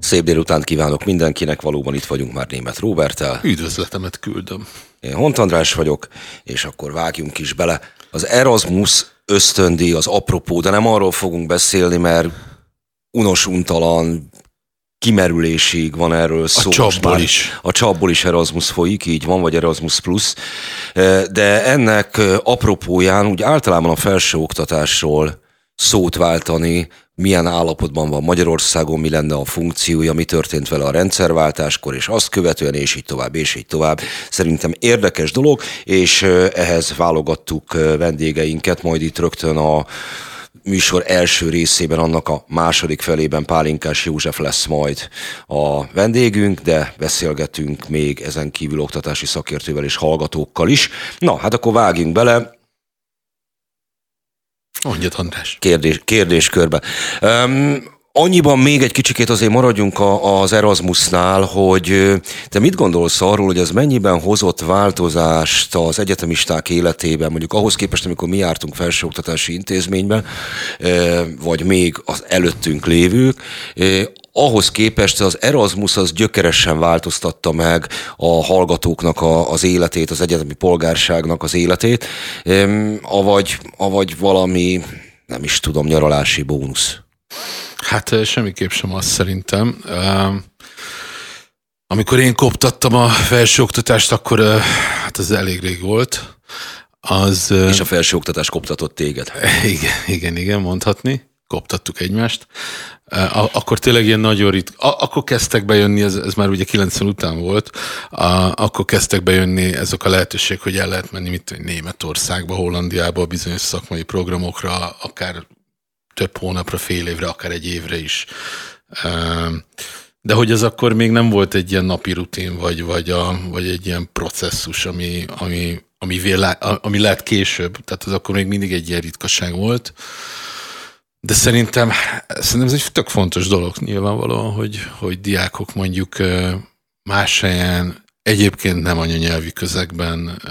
Szép délutánt kívánok mindenkinek, valóban itt vagyunk már Németh Róberttel. Üdvözletemet küldöm. Én Hont András vagyok, és akkor vágjunk is bele. Az Erasmus ösztöndíj az apropó, de nem arról fogunk beszélni, mert unos-untalan kimerülésig van erről szó. A csapból is. A csapból is Erasmus folyik, így van, vagy Erasmus Plus. De ennek apropóján úgy általában a felsőoktatásról szót váltani, milyen állapotban van Magyarországon, mi lenne a funkciója, mi történt vele a rendszerváltáskor, és azt követően, és így tovább, és így tovább. Szerintem érdekes dolog, és ehhez válogattuk vendégeinket, majd itt rögtön a műsor első részében, annak a második felében Pálinkás József lesz majd a vendégünk, de beszélgetünk még ezen kívül oktatási szakértővel és hallgatókkal is. Na, hát akkor vágjunk bele. Mondjad, András. Kérdéskörbe. Annyiban még egy kicsikét azért maradjunk az Erasmusnál, hogy te mit gondolsz arról, hogy ez mennyiben hozott változást az egyetemisták életében, mondjuk ahhoz képest, amikor mi jártunk felsőoktatási intézményben, vagy még az előttünk lévők, ahhoz képest az Erasmus az gyökeresen változtatta meg a hallgatóknak az életét, az egyetemi polgárságnak az életét, avagy valami, nem is tudom, nyaralási bónusz. Hát semmiképp sem azt szerintem. Amikor én koptattam a felsőoktatást, akkor hát az elég rég volt. És a felsőoktatás koptatott téged. Igen, mondhatni. Koptattuk egymást. Akkor tényleg ilyen nagyon akkor kezdtek bejönni, ez már ugye 90 után volt, akkor kezdtek bejönni ezek a lehetőségek, hogy el lehet menni Németországba, Hollandiába, bizonyos szakmai programokra, akár több hónapra, fél évre, akár egy évre is. De hogy ez akkor még nem volt egy ilyen napi rutin, vagy egy ilyen processzus, ami lehet később. Tehát az akkor még mindig egy ilyen ritkaság volt. De szerintem ez egy tök fontos dolog nyilvánvalóan, hogy diákok mondjuk más helyen, egyébként nem anyanyelvi közegben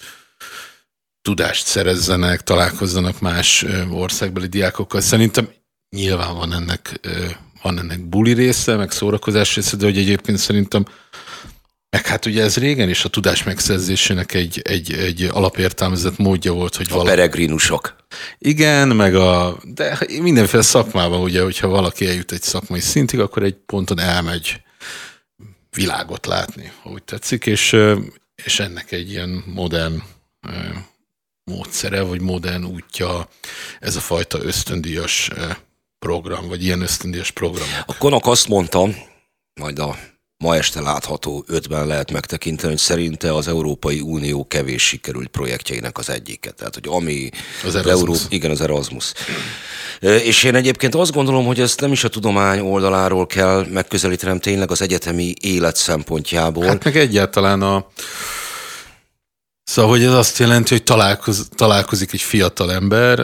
tudást szerezzenek, találkozzanak más országbeli diákokkal. Szerintem nyilván van ennek buli része, meg szórakozás része, de hogy egyébként szerintem, meg hát ugye ez régen is a tudás megszerzésének egy alapértelmezett módja volt, hogy a peregrinusok. Igen, de mindenféle szakmában, ugye, hogyha valaki eljut egy szakmai szintig, akkor egy ponton elmegy világot látni, ahogy tetszik, és ennek egy ilyen modern módszere, vagy modern útja ez a fajta ösztöndíjas program, vagy ilyen ösztöndíjas program. A Konak azt mondta, majd a ma este látható 5-ben lehet megtekinteni, hogy szerinte az Európai Unió kevés sikerült projektjeinek az egyike. Tehát, hogy ami az Erasmus. Az Erasmus. És én egyébként azt gondolom, hogy ezt nem is a tudomány oldaláról kell megközelítenem, tényleg az egyetemi élet szempontjából. Hát meg egyáltalán Szóval, hogy ez azt jelenti, hogy találkozik egy fiatal ember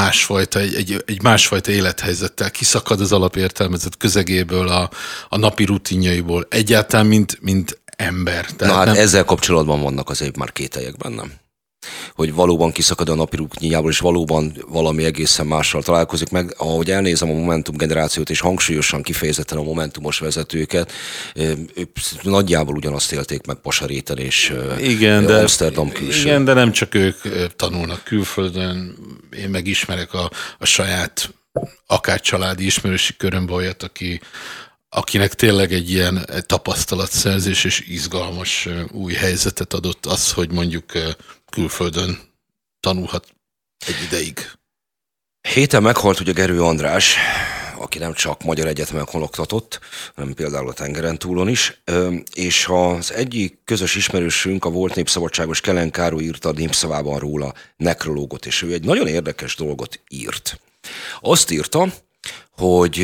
egy másfajta élethelyzettel, kiszakad az alapértelmezett közegéből, a napi rutinjaiból, egyáltalán mint ember. Tehát na hát ezzel kapcsolatban vannak azért már kételyek bennem. Hogy valóban kiszakad a napi rutinjából, és valóban valami egészen mással találkozik meg. Ahogy elnézem a Momentum generációt, és hangsúlyosan kifejezetten a Momentumos vezetőket, ők nagyjából ugyanazt élték meg Pasaréten és Amsterdam külső. Igen, de nem csak ők tanulnak külföldön. Én meg ismerek a saját akár családi ismerősi körömbe olyat, akinek tényleg egy ilyen tapasztalatszerzés és izgalmas új helyzetet adott az, hogy mondjuk külföldön tanulhat egy ideig. Héten meghalt ugye Gerő András, aki nem csak magyar egyetemekon oktatott, hanem például a tengeren túlon is, és az egyik közös ismerősünk, a volt népszabadságos Kellen Károly írta a Népszavában róla nekrológot, és ő egy nagyon érdekes dolgot írt. Azt írta, hogy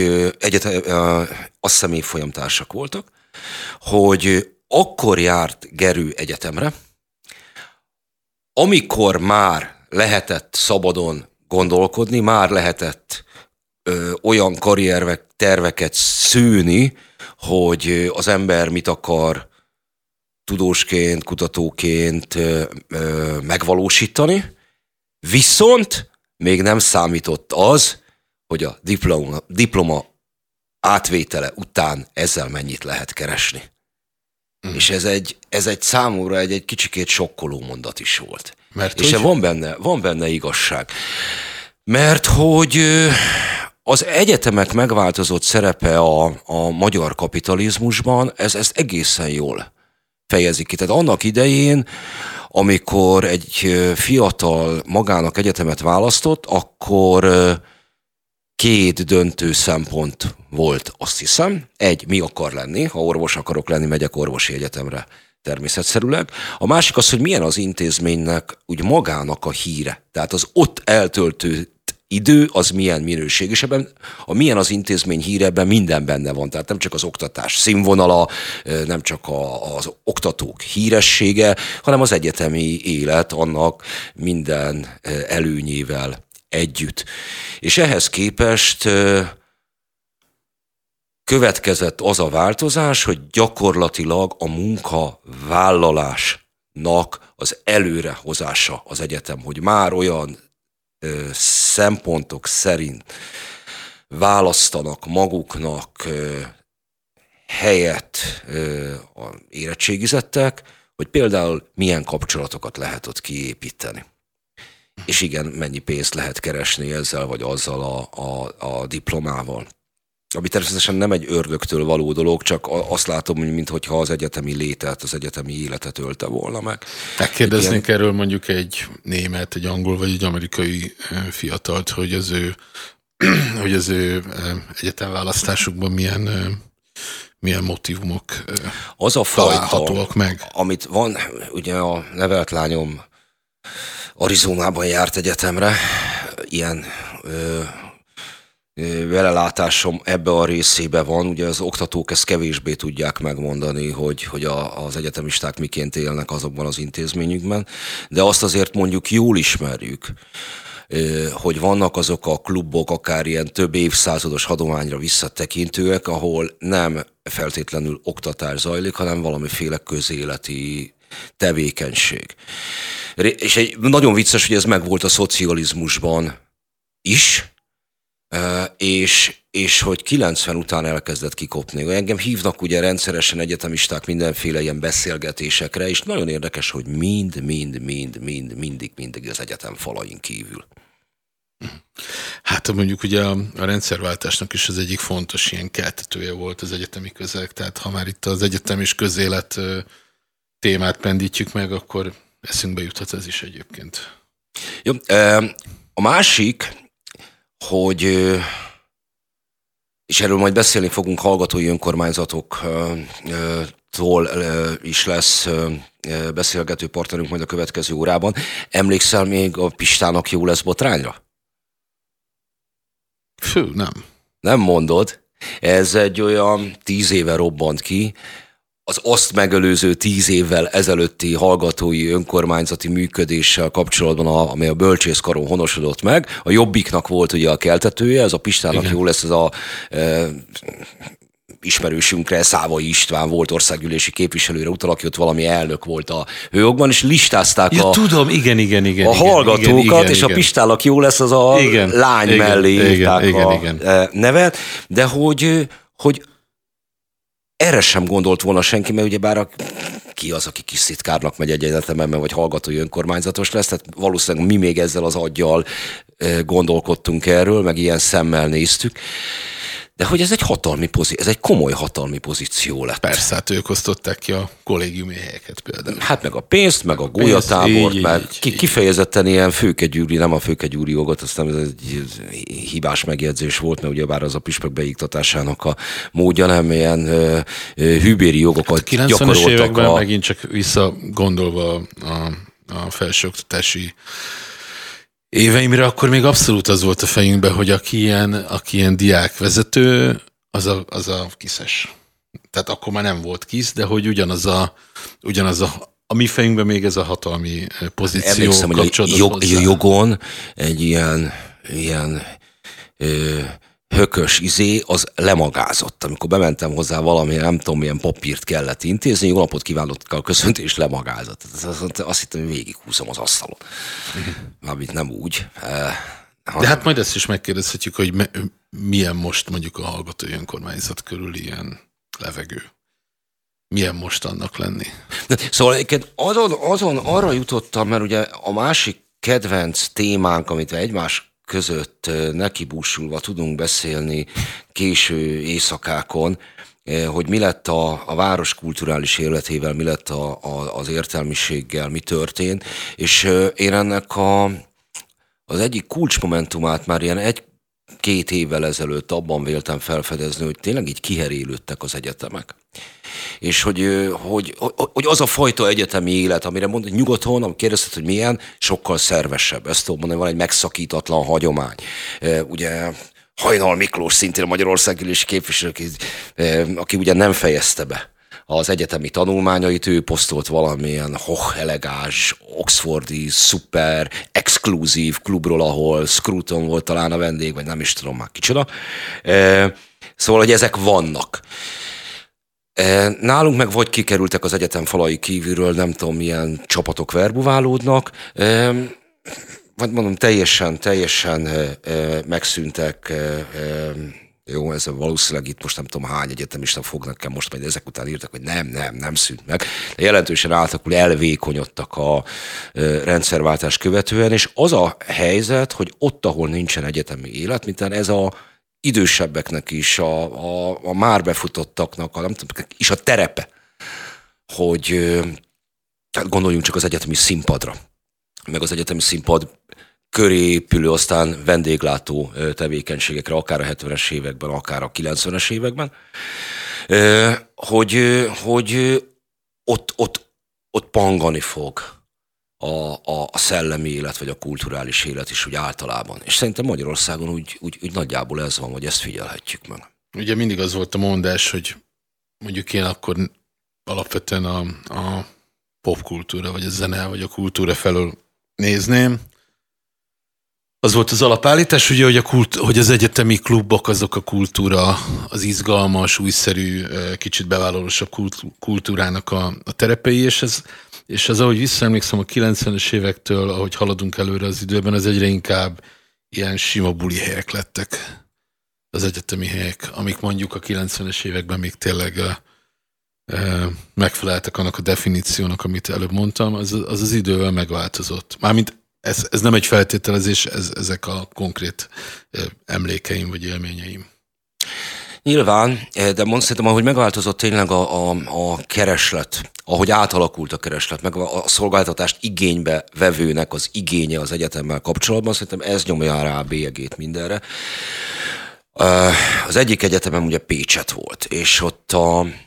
azt hiszem évfolyamtársak voltak, hogy akkor járt Gerő egyetemre, amikor már lehetett szabadon gondolkodni, már lehetett olyan karrierterveket szőni, hogy az ember mit akar tudósként, kutatóként megvalósítani, viszont még nem számított az, hogy a diploma átvétele után ezzel mennyit lehet keresni. És ez egy számomra egy kicsikét sokkoló mondat is volt. Mert és van benne igazság. Mert hogy az egyetemek megváltozott szerepe a magyar kapitalizmusban, ez egészen jól fejezik ki. Tehát annak idején, amikor egy fiatal magának egyetemet választott, akkor két döntő szempont volt, azt hiszem. Egy, mi akar lenni, ha orvos akarok lenni, megyek orvosi egyetemre természetszerűleg. A másik az, hogy milyen az intézménynek úgy magának a híre. Tehát az ott eltöltő idő, az milyen minőség, és ebben a milyen az intézmény híre, ebben minden benne van. Tehát nem csak az oktatás színvonala, nem csak az oktatók híressége, hanem az egyetemi élet annak minden előnyével együtt. És ehhez képest következett az a változás, hogy gyakorlatilag a munkavállalásnak az előrehozása az egyetem, hogy már olyan szempontok szerint választanak maguknak helyet érettségizettek, hogy például milyen kapcsolatokat lehet ott kiépíteni. És igen, mennyi pénzt lehet keresni ezzel vagy azzal a diplomával. Ami természetesen nem egy ördögtől való dolog, csak azt látom, mintha az egyetemi létet, az egyetemi életet ölte volna meg. Megkérdeznénk erről mondjuk egy német, egy angol vagy egy amerikai fiatalt, hogy az ő egyetemválasztásukban milyen motivumok az a találhatóak meg. Amit van, ugye a nevelt lányom Arizonában járt egyetemre, ilyen belelátásom ebbe a részébe van, ugye az oktatók ezt kevésbé tudják megmondani, hogy az egyetemisták miként élnek azokban az intézményükben, de azt azért mondjuk jól ismerjük, hogy vannak azok a klubok, akár ilyen több évszázados hagyományra visszatekintőek, ahol nem feltétlenül oktatás zajlik, hanem valamiféle közéleti tevékenység. És nagyon vicces, hogy ez megvolt a szocializmusban is, és hogy 90 után elkezdett kikopni. Engem hívnak ugye rendszeresen egyetemisták mindenféle ilyen beszélgetésekre, és nagyon érdekes, hogy mindig az egyetem falain kívül. Hát mondjuk ugye a rendszerváltásnak is az egyik fontos ilyen keltetője volt az egyetemi közeg, tehát ha már itt az egyetem és közélet témát pendítjük meg, akkor eszünkbe juthat ez is egyébként. Jó, a másik, hogy, és erről majd beszélni fogunk, hallgatói önkormányzatoktól is lesz beszélgető partnerünk majd a következő órában. Emlékszel még a Pistának jó lesz botrányra? Fő, nem. Nem mondod? Ez egy olyan 10 éve robbant ki, az azt megelőző 10 évvel ezelőtti hallgatói önkormányzati működéssel kapcsolatban, amely a bölcsészkaron honosodott meg. A Jobbiknak volt ugye a keltetője, ez a Pistának igen. Jó lesz, ez a ismerősünkre, Szávai István volt országgyűlési képviselőre utal, aki ott valami elnök volt a Hőokban, és listázták tudom, igen, a hallgatókat, és a Pistának jó lesz, az a lány mellé írták a nevet, de hogy erre sem gondolt volna senki, mert ugyebár ki az, aki kis szitkárnak megy egy egyetemen, vagy hallgatói önkormányzatos lesz, tehát valószínűleg mi még ezzel az aggyal gondolkodtunk erről, meg ilyen szemmel néztük. De hogy ez egy ez egy komoly hatalmi pozíció lett. Persze, hát ők osztották ki a kollégiumi helyeket például. Hát meg a pénzt, meg a gólyatábort, meg kifejezetten ilyen főkegyűri, nem a főkegyűri jogot, aztán ez egy hibás megjegyzés volt, mert ugyebár az a püspök beiktatásának a módja, nem ilyen hűbéri jogokat hát gyakoroltak. 90-es években megint csak visszagondolva a felsőoktatási éveimre, akkor még abszolút az volt a fejünkben, hogy aki ilyen diákvezető, az a kiszes. Tehát akkor már nem volt kisz, de hogy ugyanaz a mi fejünkben még ez a hatalmi pozíció kapcsolódott hozzá. Jogon egy ilyen hökös az lemagázott. Amikor bementem hozzá valami, nem tudom, milyen papírt kellett intézni, jó napot kívánok, köszönt, és lemagázott. Azt hittem, hogy végighúzom az asztalon. Mármint nem úgy. De hát majd ezt is megkérdezhetjük, hogy milyen most mondjuk a hallgatói önkormányzat körül ilyen levegő. Milyen most annak lenni? Szóval azon arra jutottam, mert ugye a másik kedvenc témánk, amit egymás között nekibúsulva tudunk beszélni késő éjszakákon, hogy mi lett a város kulturális életével, mi lett az értelmiséggel, mi történt, és én ennek az egyik kulcsmomentumát már ilyen 1-2 évvel ezelőtt abban véltem felfedezni, hogy tényleg így kiherélődtek az egyetemek. És hogy az a fajta egyetemi élet, amire mondod, nyugaton, amikor kérdezted, hogy milyen, sokkal szervesebb. Ezt tudom mondani, van egy megszakítatlan hagyomány. Ugye Hajnal Miklós szintén a Magyarországgyűlési képviselő, aki ugye nem fejezte be az egyetemi tanulmányait, ő posztolt valamilyen elegáns, oxfordi, szuper, exkluzív klubról, ahol Scruton volt talán a vendég, vagy nem is tudom már kicsoda. Szóval, hogy ezek vannak. Nálunk meg vagy kikerültek az egyetem falai kívülről, nem tudom milyen csapatok verbuválódnak, vagy mondom, teljesen megszűntek. Jó, ez valószínűleg itt most nem tudom hány egyetemista fognak nekem most majd ezek után írtak, hogy nem szűnt meg. De jelentősen elvékonyodtak a rendszerváltás követően, és az a helyzet, hogy ott, ahol nincsen egyetemi élet, mint ez a idősebbeknek is, a már befutottaknak, nem tudom, is a terepe, hogy hát gondoljunk csak az egyetemi színpadra, meg az egyetemi színpad köré épülő aztán vendéglátó tevékenységekre, akár a 70-es években, akár a 90-es években, hogy ott pangani fog a szellemi élet, vagy a kulturális élet is úgy általában. És szerintem Magyarországon úgy nagyjából ez van, hogy ezt figyelhetjük meg. Ugye mindig az volt a mondás, hogy mondjuk én akkor alapvetően a popkultúra, vagy a zene, vagy a kultúra felől nézném. Az volt az alapállítás, ugye, hogy az egyetemi klubok, azok a kultúra, az izgalmas, újszerű, kicsit bevállalósabb kultúrának a terepei, és ez, ahogy visszaemlékszem a 90-es évektől, ahogy haladunk előre az időben, az egyre inkább ilyen sima buli helyek lettek, az egyetemi helyek, amik mondjuk a 90-es években még tényleg megfeleltek annak a definíciónak, amit előbb mondtam, az idővel megváltozott. Mármint ez nem egy feltételezés, ezek a konkrét emlékeim vagy élményeim. Nyilván, de szerintem, ahogy megváltozott tényleg a kereslet, ahogy átalakult a kereslet, meg a szolgáltatást igénybe vevőnek az igénye az egyetemmel kapcsolatban, szerintem ez nyomja rá a bélyegét mindenre. Az egyik egyetemem ugye Pécset volt, és ott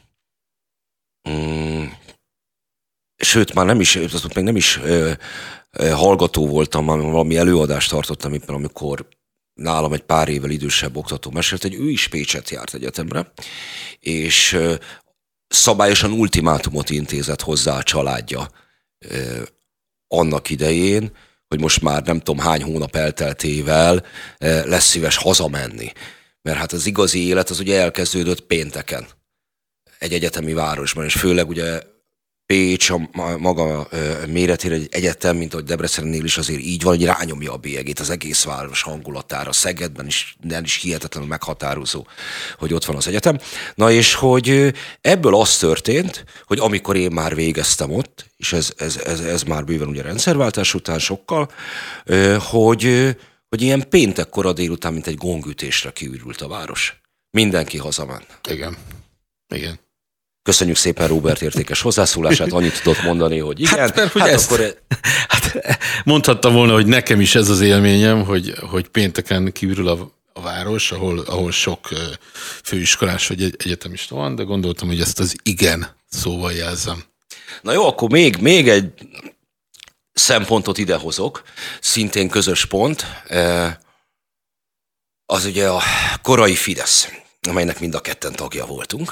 sőt, már nem is, még nem is hallgató voltam, valami előadást tartottam éppen, amikor nálam egy pár évvel idősebb oktató mesélt, hogy ő is Pécset járt egyetemre, és szabályosan ultimátumot intézett hozzá a családja annak idején, hogy most már nem tudom hány hónap elteltével lesz szíves hazamenni. Mert hát az igazi élet az ugye elkezdődött pénteken egy egyetemi városban, és főleg ugye Pécs a maga méretére egy egyetem, mint ahogy Debrecennél is azért így van, hogy rányomja a bélyegét az egész város hangulatára. Szegedben is hihetetlenül meghatározó, hogy ott van az egyetem. Na és hogy ebből az történt, hogy amikor én már végeztem ott, és ez már bőven ugye rendszerváltás után sokkal, hogy ilyen péntek kora délután, mint egy gongütésre kiürült a város. Mindenki hazament. Igen. Köszönjük szépen Róbert értékes hozzászólását, annyit tudott mondani, hogy igen. Mondhattam volna, hogy nekem is ez az élményem, hogy pénteken kiürül a város, ahol sok főiskolás vagy egyetemista van, de gondoltam, hogy ezt az igen szóval jelzem. Na jó, akkor még egy szempontot idehozok, szintén közös pont, az ugye a korai Fidesz, amelynek mind a ketten tagja voltunk.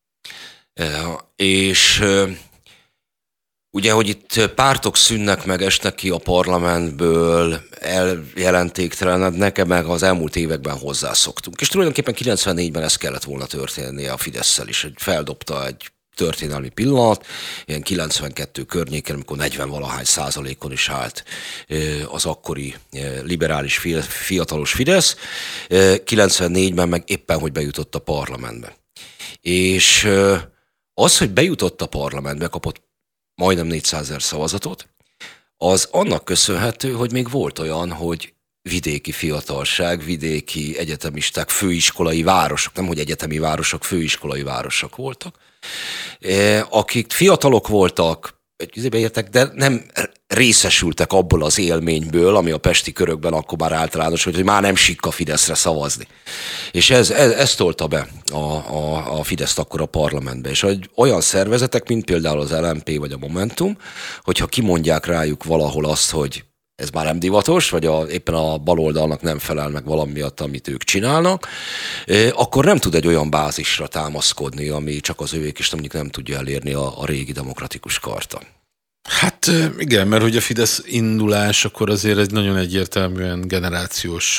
És ugye, hogy itt pártok szűnnek meg, esnek ki a parlamentből, eljelentéktelenednek, meg az elmúlt években hozzászoktunk. És tulajdonképpen 94-ben ez kellett volna történnie a Fidesszel is, hogy feldobta egy történelmi pillanat, ilyen 92 környéken, amikor 40-valahány százalékon is állt az akkori liberális fiatalos Fidesz, 94-ben meg éppen, hogy bejutott a parlamentbe. És az, hogy bejutott a parlamentbe, kapott majdnem 400 000 szavazatot, az annak köszönhető, hogy még volt olyan, hogy vidéki fiatalság, vidéki egyetemisták, főiskolai városok, nem hogy egyetemi városok, főiskolai városok voltak, akik fiatalok voltak, de nem részesültek abból az élményből, ami a pesti körökben akkor már általános, hogy már nem sikka Fideszre szavazni. És ez tolta be a Fideszt akkor a parlamentbe. És olyan szervezetek, mint például az LMP vagy a Momentum, hogyha kimondják rájuk valahol azt, hogy ez már nem divatos, vagy éppen a baloldalnak nem felel meg valami miatt, amit ők csinálnak, akkor nem tud egy olyan bázisra támaszkodni, ami csak az övék, és mondjuk nem tudja elérni a régi demokratikus karta. Hát igen, mert hogy a Fidesz indulás akkor azért egy nagyon egyértelműen generációs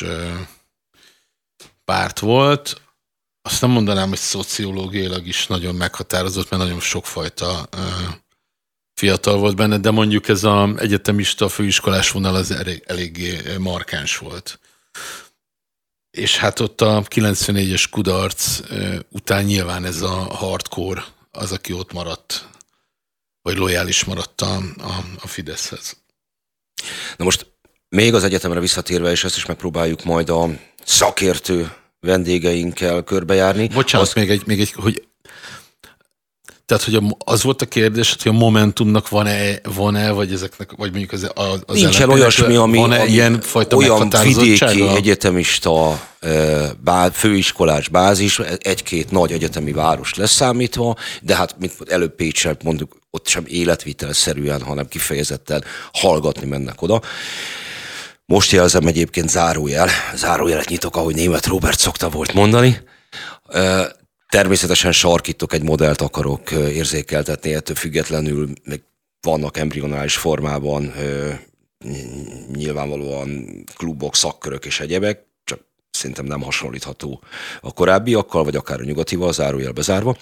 párt volt. Azt nem mondanám, hogy szociológiailag is nagyon meghatározott, mert nagyon sokfajta fiatal volt benne, de mondjuk ez az egyetemista főiskolás vonal az eléggé markáns volt. És hát ott a 94-es kudarc után nyilván ez a hardcore az, aki ott maradt, vagy lojális maradt a Fideszhez. Na most még az egyetemre visszatérve, és ezt is megpróbáljuk majd a szakértő vendégeinkkel körbejárni. Bocsánat, még egy, hogy tehát, hogy az volt a kérdés, hogy a Momentumnak van-e, vagy ezeknek, vagy mondjuk az nincsen olyasmi, ami ilyen fajta olyan vidéki egyetemista főiskolás bázis, egy-két nagy egyetemi város leszámítva, de hát mint előbb Pécsel mondjuk, ott sem életvitelszerűen, hanem kifejezetten hallgatni mennek oda. Most jelzem egyébként zárójelet nyitok, ahogy Németh Róbert szokta volt mondani. Természetesen sarkítok, egy modellt akarok érzékeltetni, ettől függetlenül még vannak embrionális formában nyilvánvalóan klubok, szakkörök és egyebek, csak szerintem nem hasonlítható a korábbiakkal, vagy akár a nyugatival, zárójel bezárva.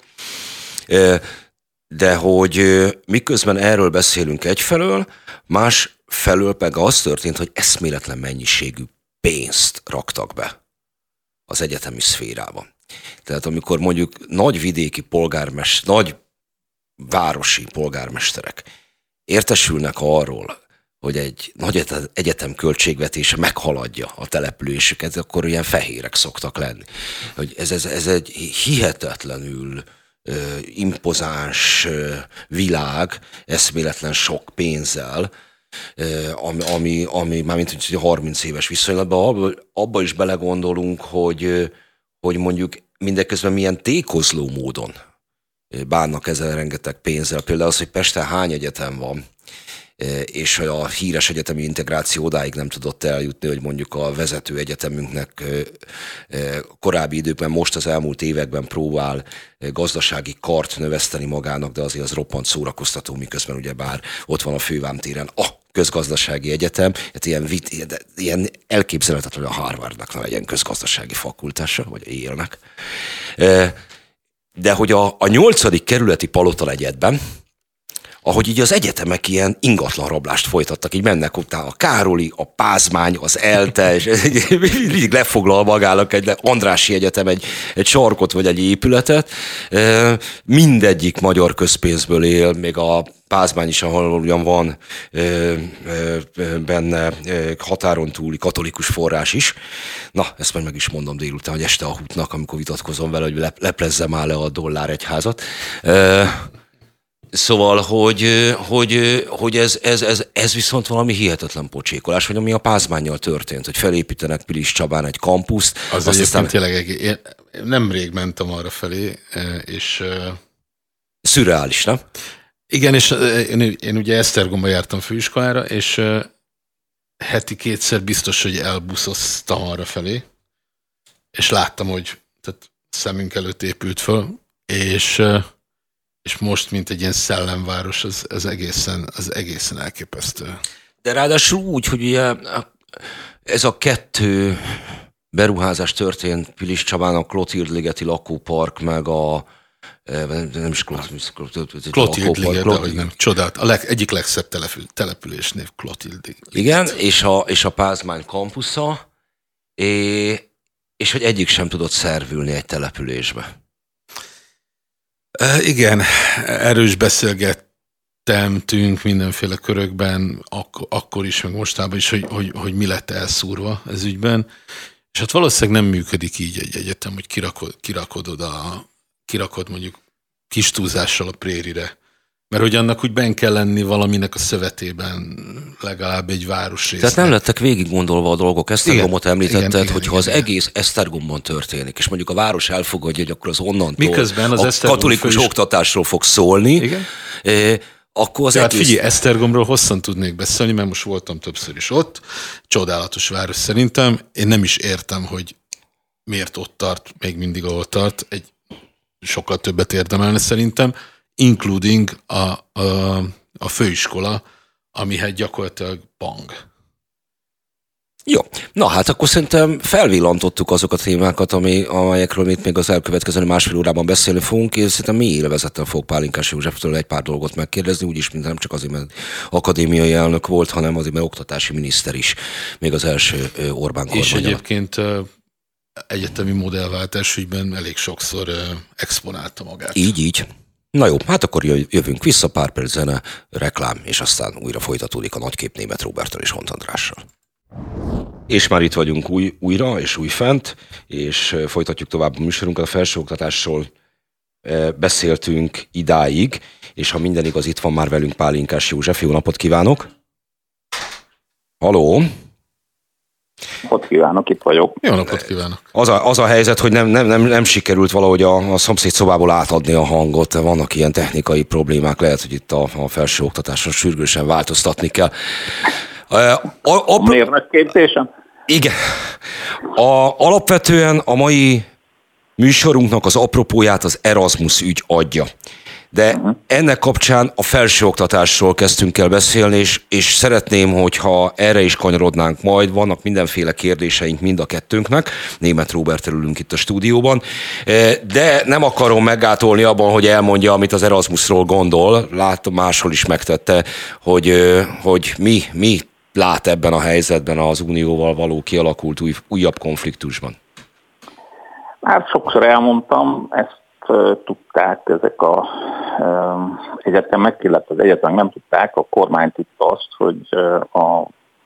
De hogy miközben erről beszélünk egyfelől, másfelől meg az történt, hogy eszméletlen mennyiségű pénzt raktak be az egyetemi szférába. Tehát amikor mondjuk nagy vidéki nagy városi polgármesterek értesülnek arról, hogy egy nagy egyetem költségvetése meghaladja a településüket, akkor ilyen fehérek szoktak lenni. Hogy ez egy hihetetlenül impozáns világ, eszméletlen sok pénzzel, ami mármint 30 éves viszonylatban, abba is belegondolunk, hogy mondjuk mindeközben milyen tékozló módon bánnak ezzel rengeteg pénzzel. Például az, hogy Pesten hány egyetem van, és hogy a híres egyetemi integráció odáig nem tudott eljutni, hogy mondjuk a vezető egyetemünknek korábbi időkben, most az elmúlt években próbál gazdasági kart növeszteni magának, de azért az roppant szórakoztató, miközben ugyebár ott van a Fővámtéren a közgazdasági egyetem, hát ilyen elképzelhetetlen, hogy a Harvardnak van egy ilyen közgazdasági fakultása, vagy élnek. De hogy a 8. kerületi Palotanegyedben, ahogy így az egyetemek ilyen ingatlanrablást folytattak, így mennek utána a Károli, a Pázmány, az ELTE, és mindig lefoglal magának egy Andrássy Egyetem egy sarkot vagy egy épületet. Mindegyik magyar közpénzből él, még a Pázmány is, ahol ugyan van benne határon túli katolikus forrás is. Na, ezt majd meg is mondom délután, hogy este a Hutnak, amikor vitatkozom vele, hogy leplezzem már le a dollár egyházat. Szóval, hogy ez viszont valami hihetetlen pocsékolás, hogy ami a Pázmánnyal történt, hogy felépítenek Pilis Csabán egy kampuszt. Az egyébként tényleg, én nemrég mentem arra felé, és... Szürreális, nem? Igen, és én ugye Esztergomba jártam főiskolára, és heti 2-szer biztos, hogy elbuszoztam arra felé, és láttam, hogy tehát szemünk előtt épült föl, és most, mint egy ilyen szellemváros, az egészen elképesztő. De ráadásul úgy, hogy ugye ez a 2 beruházás történt Pilis Csabán, a Klotild-ligeti lakópark, meg a nem is Klotild Liget, de hogy nem. Csodálat. Egyik legszebb településnév Klotild Liget. Igen, és a Pázmány kampusza, és hogy egyik sem tudott szervülni egy településbe. Igen, erről is beszélgettünk mindenféle körökben, akkor is, meg mostában is, hogy mi lett elszúrva ez ügyben. És hát valószínűleg nem működik így egy egyetem, hogy kirakod mondjuk kis túlzással a prérire. Mert hogy annak úgy benn kell lenni valaminek a szövetében legalább egy városrésznek. Tehát nem lettek végig gondolva a dolgok. Esztergomot említetted, hogyha az egész Esztergomban történik, és mondjuk a város elfogadja, hogy akkor az onnantól a katolikus oktatásról fog szólni, igen? Akkor az egész... Figyelj, Esztergomról hosszan tudnék beszélni, mert most voltam többször is ott. Csodálatos város szerintem. Én nem is értem, hogy miért ott tart, még mindig ahol tart. Sokkal többet érdemelne szerintem, including a főiskola, ami hát gyakorlatilag bang. Jó, na hát akkor szerintem felvillantottuk azokat a témákat, amelyekről itt még az elkövetkező másfél órában beszélni fogunk, és szerintem mi élvezettel fog Pálinkás Józseftől egy pár dolgot megkérdezni, úgyis, mint nem csak azért, mert akadémiai elnök volt, hanem azért, mert oktatási miniszter is, még az első Orbán kormány. És egyébként egyetemi modellváltás ügyben elég sokszor exponálta magát. Így. Na jó, hát akkor jövünk vissza, pár perc zene, reklám, és aztán újra folytatódik a nagykép Németh Róberttel és Hont Andrással. És már itt vagyunk újra, és újfent, és folytatjuk tovább a műsorunkat. A felsőoktatásról beszéltünk idáig, és ha minden igaz, itt van már velünk Pálinkás József. Jó napot kívánok! Haló! Napot kívánok, itt vagyok. Jó napot kívánok! Az a helyzet, hogy nem sikerült valahogy a szomszéd szobából átadni a hangot. Vannak ilyen technikai problémák, lehet, hogy itt a felsőoktatáson sürgősen változtatni kell. Mérnökképzésen? Igen. Alapvetően a mai műsorunknak az apropóját az Erasmus ügy adja. De ennek kapcsán a felsőoktatásról kezdtünk el beszélni, és szeretném, hogyha erre is kanyarodnánk majd. Vannak mindenféle kérdéseink mind a kettőnknek. Németh Róberttel ülünk itt a stúdióban. De nem akarom meggátolni abban, hogy elmondja, amit az Erasmusról gondol. Látom, máshol is megtette, hogy mi lát ebben a helyzetben az Unióval való kialakult újabb konfliktusban. Hát sokszor elmondtam, ezt tudták ezek az egyetemek, illetve az egyetemek nem tudták, a kormány tudta azt, hogy az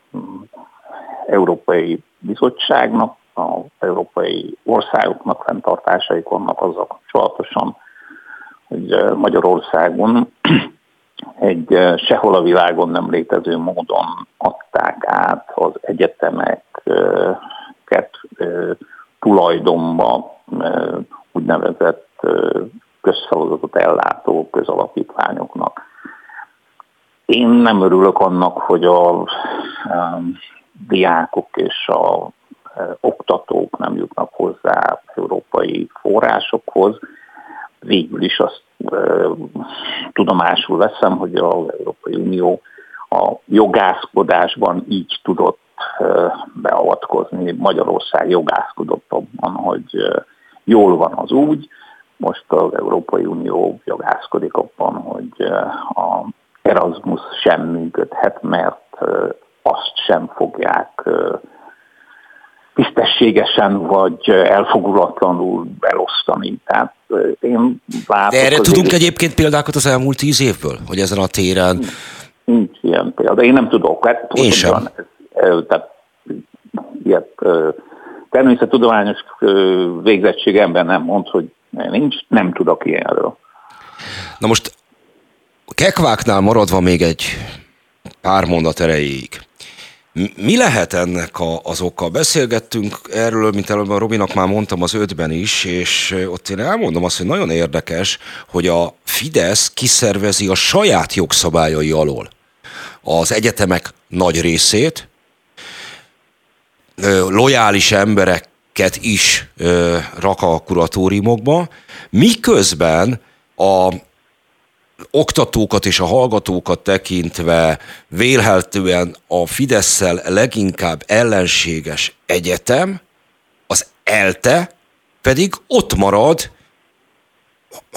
Európai Bizottságnak, az európai országoknak fenntartásaik vannak azzal kapcsolatosan, hogy Magyarországon egy sehol a világon nem létező módon adták át az egyetemeket tulajdonba úgynevezett közfeladatot ellátó közalapítványoknak. Én nem örülök annak, hogy a diákok és a oktatók nem jutnak hozzá európai forrásokhoz. Végül is azt tudomásul veszem, hogy az Európai Unió a jogászkodásban így tudott beavatkozni. Magyarország jogászkodott abban, hogy jól van az úgy. Most az Európai Unió jogászkodik abban, hogy a Erasmus sem működhet, mert azt sem fogják tisztességesen vagy elfogulatlanul elosztani. Tehát én látok... De erre tudunk egyébként példákat az elmúlt 10 évből, hogy ezen a téren... Nincs ilyen példa. Én nem tudok. Hát, én sem. Tehát ilyet természettudományos végzettség ember nem mond, hogy nincs, nem tudok ilyenről. Na most kekváknál maradva még egy pár mondat erejéig. Mi lehet ennek az oka? Beszélgettünk erről, mint előbb a Robinak már mondtam az 5-ben is, és ott én elmondom azt, hogy nagyon érdekes, hogy a Fidesz kiszervezi a saját jogszabályai alól az egyetemek nagy részét, lojális embereket is rak a kuratóriumokba, miközben a oktatókat és a hallgatókat tekintve vélhetően a Fidesszel leginkább ellenséges egyetem, az ELTE pedig ott marad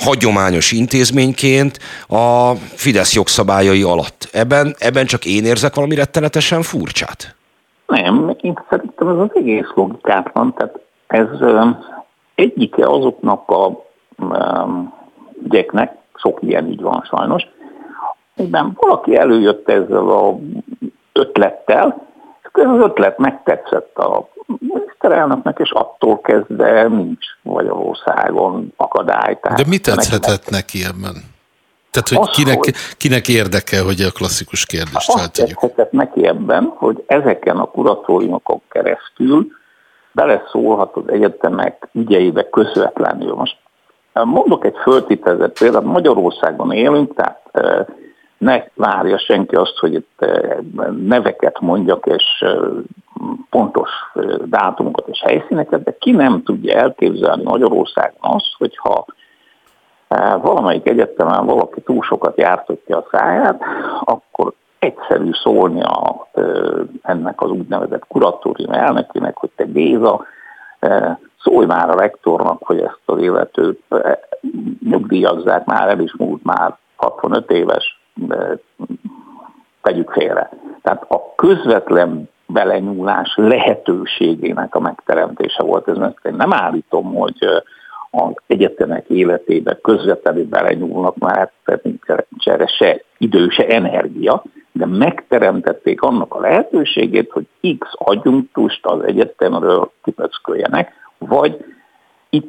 hagyományos intézményként a Fidesz jogszabályai alatt. Ebben csak én érzek valami rettenetesen furcsát? Nem, én szerintem ez az egész logikátlan, tehát ez egyike azoknak a ügyeknek, sok ilyen ügy van sajnos, amiben valaki előjött ezzel az ötlettel, és az ötlet megtetszett a miniszterelnöknek, és attól kezdve nincs Magyarországon akadály. De mi tetszhetett neki ebben? Tehát, hogy kinek érdekel, hogy a klasszikus kérdést feltegyük? Azt tetszhetett neki ebben, hogy ezeken a kuratóriumokon keresztül beleszólhat az egyetemek ügyeibe közvetlenül. Most mondok egy föltételezett példát, Magyarországon élünk, tehát ne várja senki azt, hogy itt neveket mondjak, és pontos dátumokat és helyszíneket, de ki nem tudja elképzelni Magyarországon azt, hogyha valamelyik egyetemen valaki túl sokat jártatja a száját, akkor egyszerű szólni ennek az úgynevezett kuratórium elnökének, hogy te Géza, szólj már a rektornak, hogy ezt az illetőt nyugdíjazzák, már el is múlt, már 65 éves, tegyük félre. Tehát a közvetlen belenyúlás lehetőségének a megteremtése volt ez, mert én nem állítom, hogy az egyetemek életébe közvetlenül belenyúlnak, mert nincs erre se idő, se energia, de megteremtették annak a lehetőségét, hogy X adjunktust az egyetemről kipöcköljenek, vagy Y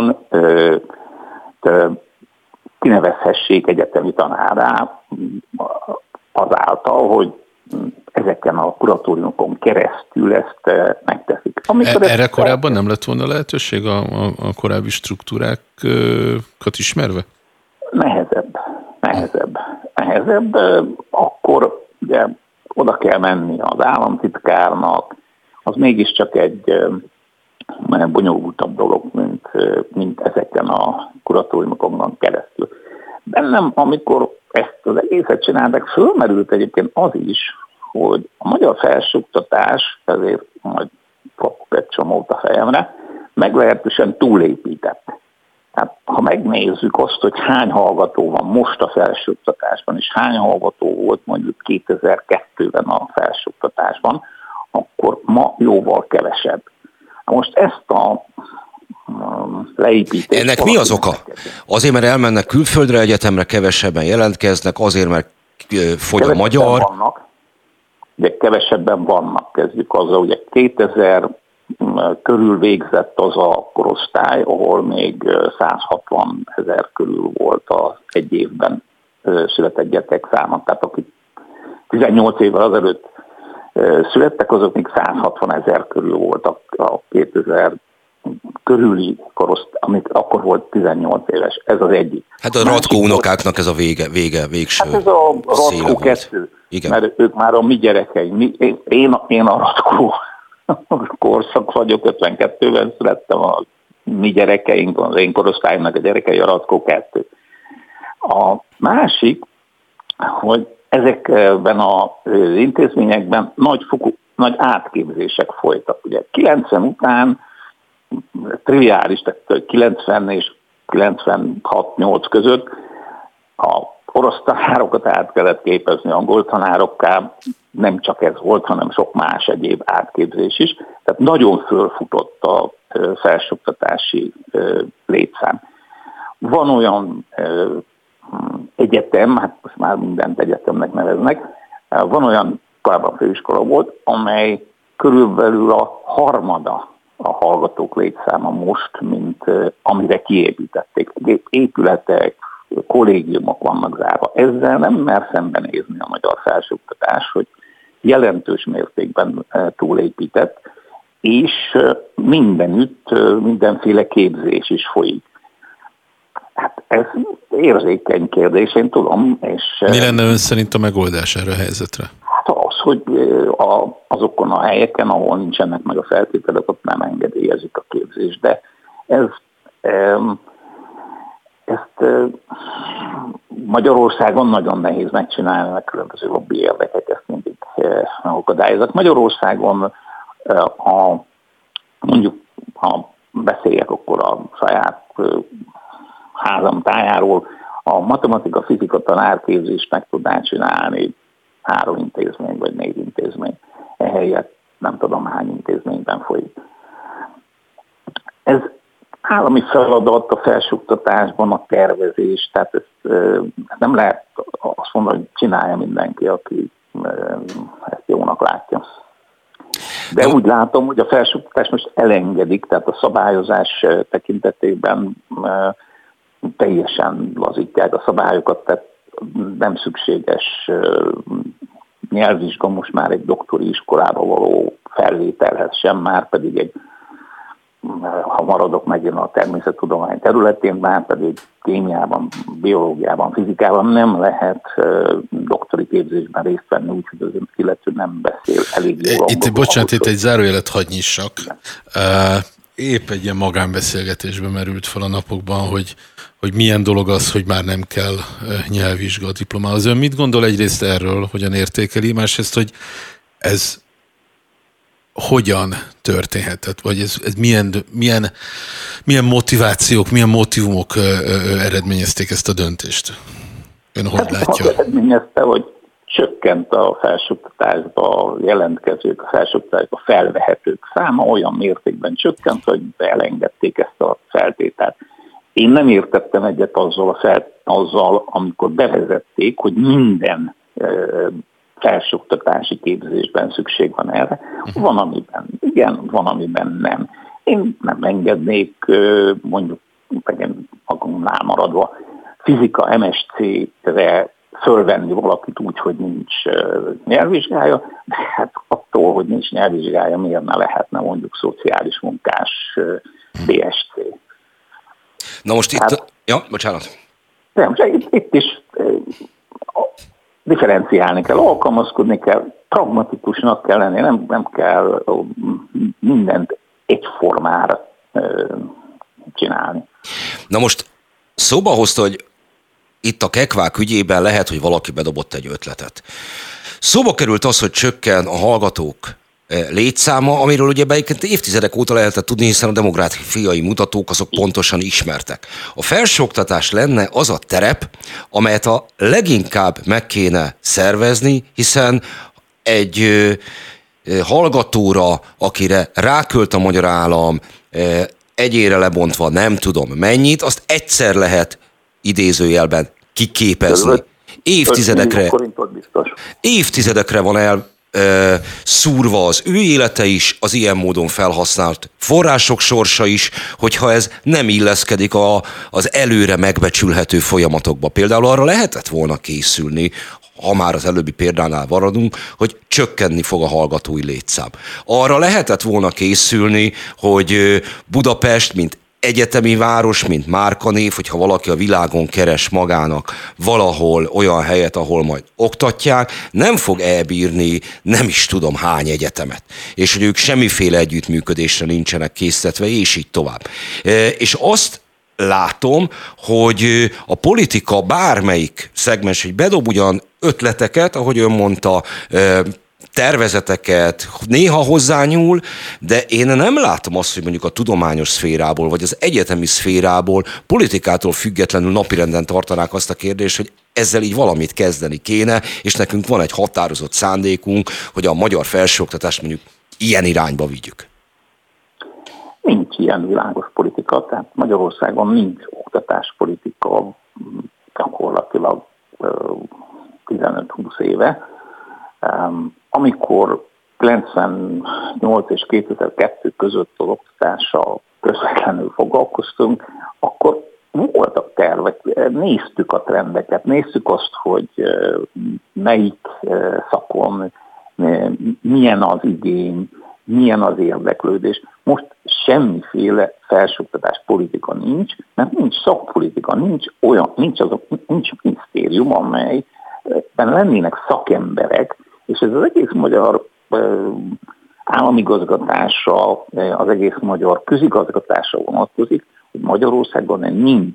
kinevezhessék egyetemi tanárá azáltal, hogy ezeken a kuratóriumokon keresztül ezt megteszik. Erre korábban nem lett volna lehetőség a korábbi struktúrákat ismerve? Nehezebb. Akkor ugye oda kell menni az államtitkárnak, az mégiscsak egy bonyolultabb dolog, mint ezeken a kuratóriumokon keresztül. Bennem, amikor ezt az egészet csinálták, fölmerült egyébként az is, hogy a magyar felsőoktatás, ezért majd kapok egy csomót a fejemre, meglehetősen túlépített. Hát, ha megnézzük azt, hogy hány hallgató van most a felsőoktatásban, és hány hallgató volt mondjuk 2002-ben a felsőoktatásban, akkor ma jóval kevesebb. Most ezt a leépítést... Ennek mi az oka? Azért, mert elmennek külföldre, egyetemre, kevesebben jelentkeznek, azért, mert fogy a magyar... Vannak, de kevesebben vannak, kezdjük azzal, ugye 2000 körül végzett az a korosztály, ahol még 160 000 körül volt az egy évben született gyerekek száma. Tehát akik 18 évvel azelőtt születtek, azok még 160 000 körül voltak a 2000 körüli korosztály, amit akkor volt 18 éves. Ez az egyik. Hát a Ratkó unokáknak ez a végső. Hát ez a Ratkó 2, mert ők már a mi gyerekeink. Én a Ratkó korszak vagyok, 52-ben születtem, a mi gyerekeink, az én korosztályomnak a gyerekei a Ratkó 2. A másik, hogy ezekben az intézményekben nagy átképzések folytak. Ugye 90 után triviális, tehát 90 és 96-8 között a orosz tanárokat át kellett képezni angol tanárokká, nem csak ez volt, hanem sok más egyéb átképzés is. Tehát nagyon fölfutott a felsőoktatási létszám. Van olyan egyetem, hát most már mindent egyetemnek neveznek, van olyan, korábban főiskola volt, amely körülbelül a harmada a hallgatók létszáma most, mint amire kiépítették. Épületek, kollégiumok vannak zárva. Ezzel nem mer szembenézni a magyar felsőoktatás, hogy jelentős mértékben túlépített, és mindenütt mindenféle képzés is folyik. Hát ez érzékeny kérdés, én tudom. És mi lenne ön szerint a megoldás erre a helyzetre? Hát az, hogy azokon a helyeken, ahol nincsenek meg a feltételek, ott nem engedélyezik a képzést. De ezt Magyarországon nagyon nehéz megcsinálni, mert különböző lobby érdekek ezt mindig megakadályoznak. Magyarországon mondjuk, ha beszéljek akkor a saját házam tájáról a matematika, fizika tanárképzést meg tudná csinálni 3 intézmény vagy 4 intézmény. Ehelyett nem tudom hány intézményben folyik. Ez állami feladat a felsőoktatásban a tervezés, tehát ezt nem lehet azt mondani, hogy csinálja mindenki, aki ezt jónak látja. De úgy látom, hogy a felsőoktatás most elengedik, tehát a szabályozás tekintetében teljesen lazítják a szabályokat, tehát nem szükséges nyelvvizsga most már egy doktori iskolába való felvételhez sem, már pedig ha maradok megint a természettudomány területén, már pedig kémiában, biológiában, fizikában nem lehet doktori képzésben részt venni, úgyhogy az illető nem beszél elég jól. Itt egy zárójelet hadd nyissak. Épp egy ilyen magánbeszélgetésben merült fel a napokban, hogy milyen dolog az, hogy már nem kell nyelvvizsga a diplomához. Ön mit gondol egyrészt erről, hogyan értékeli, másrészt, hogy ez hogyan történhetett, vagy ez milyen motivációk, milyen motivumok eredményezték ezt a döntést? Ön hogy látja? Az eredményezte, hogy csökkent a felsőoktatásba jelentkezők, a felsőoktatásba felvehetők száma, olyan mértékben csökkent, hogy elengedték ezt a feltételt. Én nem értettem egyet azzal, amikor bevezették, hogy minden felsőoktatási képzésben szükség van erre. Van, amiben igen, van, amiben nem. Én nem engednék, mondjuk megint magunknál maradva, fizika MSC-re fölvenni valakit úgy, hogy nincs nyelvvizsgája, de hát attól, hogy nincs nyelvvizsgája, miért ne lehetne mondjuk szociális munkás BSC. Na most itt... Ja, bocsánat. Nem, itt is differenciálni kell, alkalmazkodni kell, pragmatikusnak kell lenni, nem kell mindent egyformára csinálni. Na most szóba hozta, hogy itt a kekvák ügyében lehet, hogy valaki bedobott egy ötletet. Szóba került az, hogy csökken a hallgatók létszáma, amiről ugye egyébként évtizedek óta lehetett tudni, hiszen a demográfiai mutatók azok pontosan ismertek. A felsőoktatás lenne az a terep, amelyet a leginkább meg kéne szervezni, hiszen egy hallgatóra, akire rákölt a magyar állam, egyére lebontva nem tudom mennyit, azt egyszer lehet idézőjelben kiképezni. Évtizedekre van szúrva az ő élete is, az ilyen módon felhasznált források sorsa is, hogyha ez nem illeszkedik az előre megbecsülhető folyamatokba. Például arra lehetett volna készülni, ha már az előbbi példánál maradunk, hogy csökkenni fog a hallgatói létszám. Arra lehetett volna készülni, hogy Budapest, mint egyetemi város, mint márkanév, hogyha valaki a világon keres magának valahol olyan helyet, ahol majd oktatják, nem fog elbírni nem is tudom hány egyetemet. És hogy ők semmiféle együttműködésre nincsenek készítve, és így tovább. És azt látom, hogy a politika bármelyik szegmens, hogy bedob ugyan ötleteket, ahogy ön mondta, tervezeteket, néha hozzányúl, de én nem látom azt, hogy mondjuk a tudományos szférából, vagy az egyetemi szférából politikától függetlenül napirenden tartanák azt a kérdést, hogy ezzel így valamit kezdeni kéne, és nekünk van egy határozott szándékunk, hogy a magyar felsőoktatást mondjuk ilyen irányba vigyük. Nincs ilyen világos politika, tehát Magyarországon nincs oktatáspolitika gyakorlatilag 15-20 éve. Amikor 98 és 2002 között az oktatással közvetlenül foglalkoztunk, akkor voltak tervek, néztük a trendeket, néztük azt, hogy melyik szakon milyen az igény, milyen az érdeklődés. Most semmiféle felsőoktatás politika nincs, mert nincs szakpolitika, nincs minisztérium, amelyben lennének szakemberek, és ez az egész magyar államigazgatásra, az egész magyar közigazgatásra vonatkozik, hogy Magyarországon nincs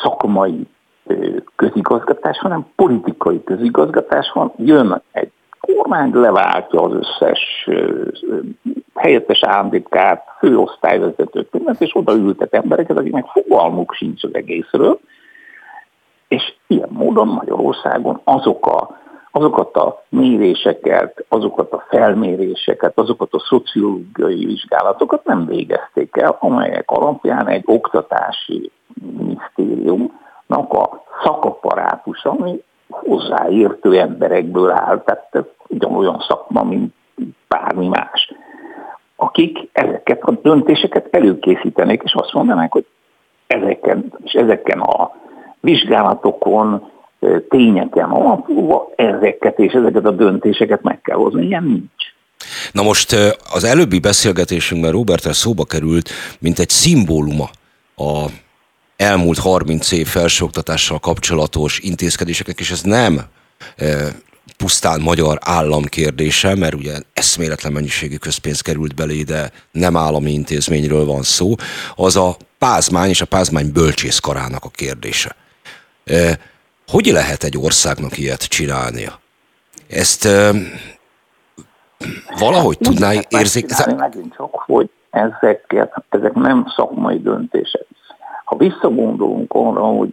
szakmai közigazgatás, hanem politikai közigazgatás van. Jön egy kormány leváltja az összes helyettes államtitkárt, főosztályvezetőt, mindent, és oda ültet embereket, akiknek fogalmuk sincs az egészről, és ilyen módon Magyarországon azokat a méréseket, azokat a felméréseket, azokat a szociológiai vizsgálatokat nem végezték el, amelyek alapján egy oktatási minisztériumnak a szakapparátus, ami hozzáértő emberekből áll, tehát ez ugyanolyan szakma, mint bármi más, akik ezeket a döntéseket előkészítenék, és azt mondanák, hogy ezeken a vizsgálatokon, tényeken alapulva ezeket a döntéseket meg kell hozni. Ilyen nincs. Na most az előbbi beszélgetésünkben Róberttel szóba került, mint egy szimbóluma a elmúlt 30 év felsőoktatással kapcsolatos intézkedéseknek, és ez nem pusztán magyar állam kérdése, mert ugye eszméletlen mennyiségű közpénz került belé, de nem állami intézményről van szó, az a pázmány és a pázmány bölcsészkarának a kérdése. Hogy lehet egy országnak ilyet csinálnia? Ezt valahogy tudná érzékelni? Megint csak, hogy ezek nem szakmai döntések. Ha visszagondolunk arra, hogy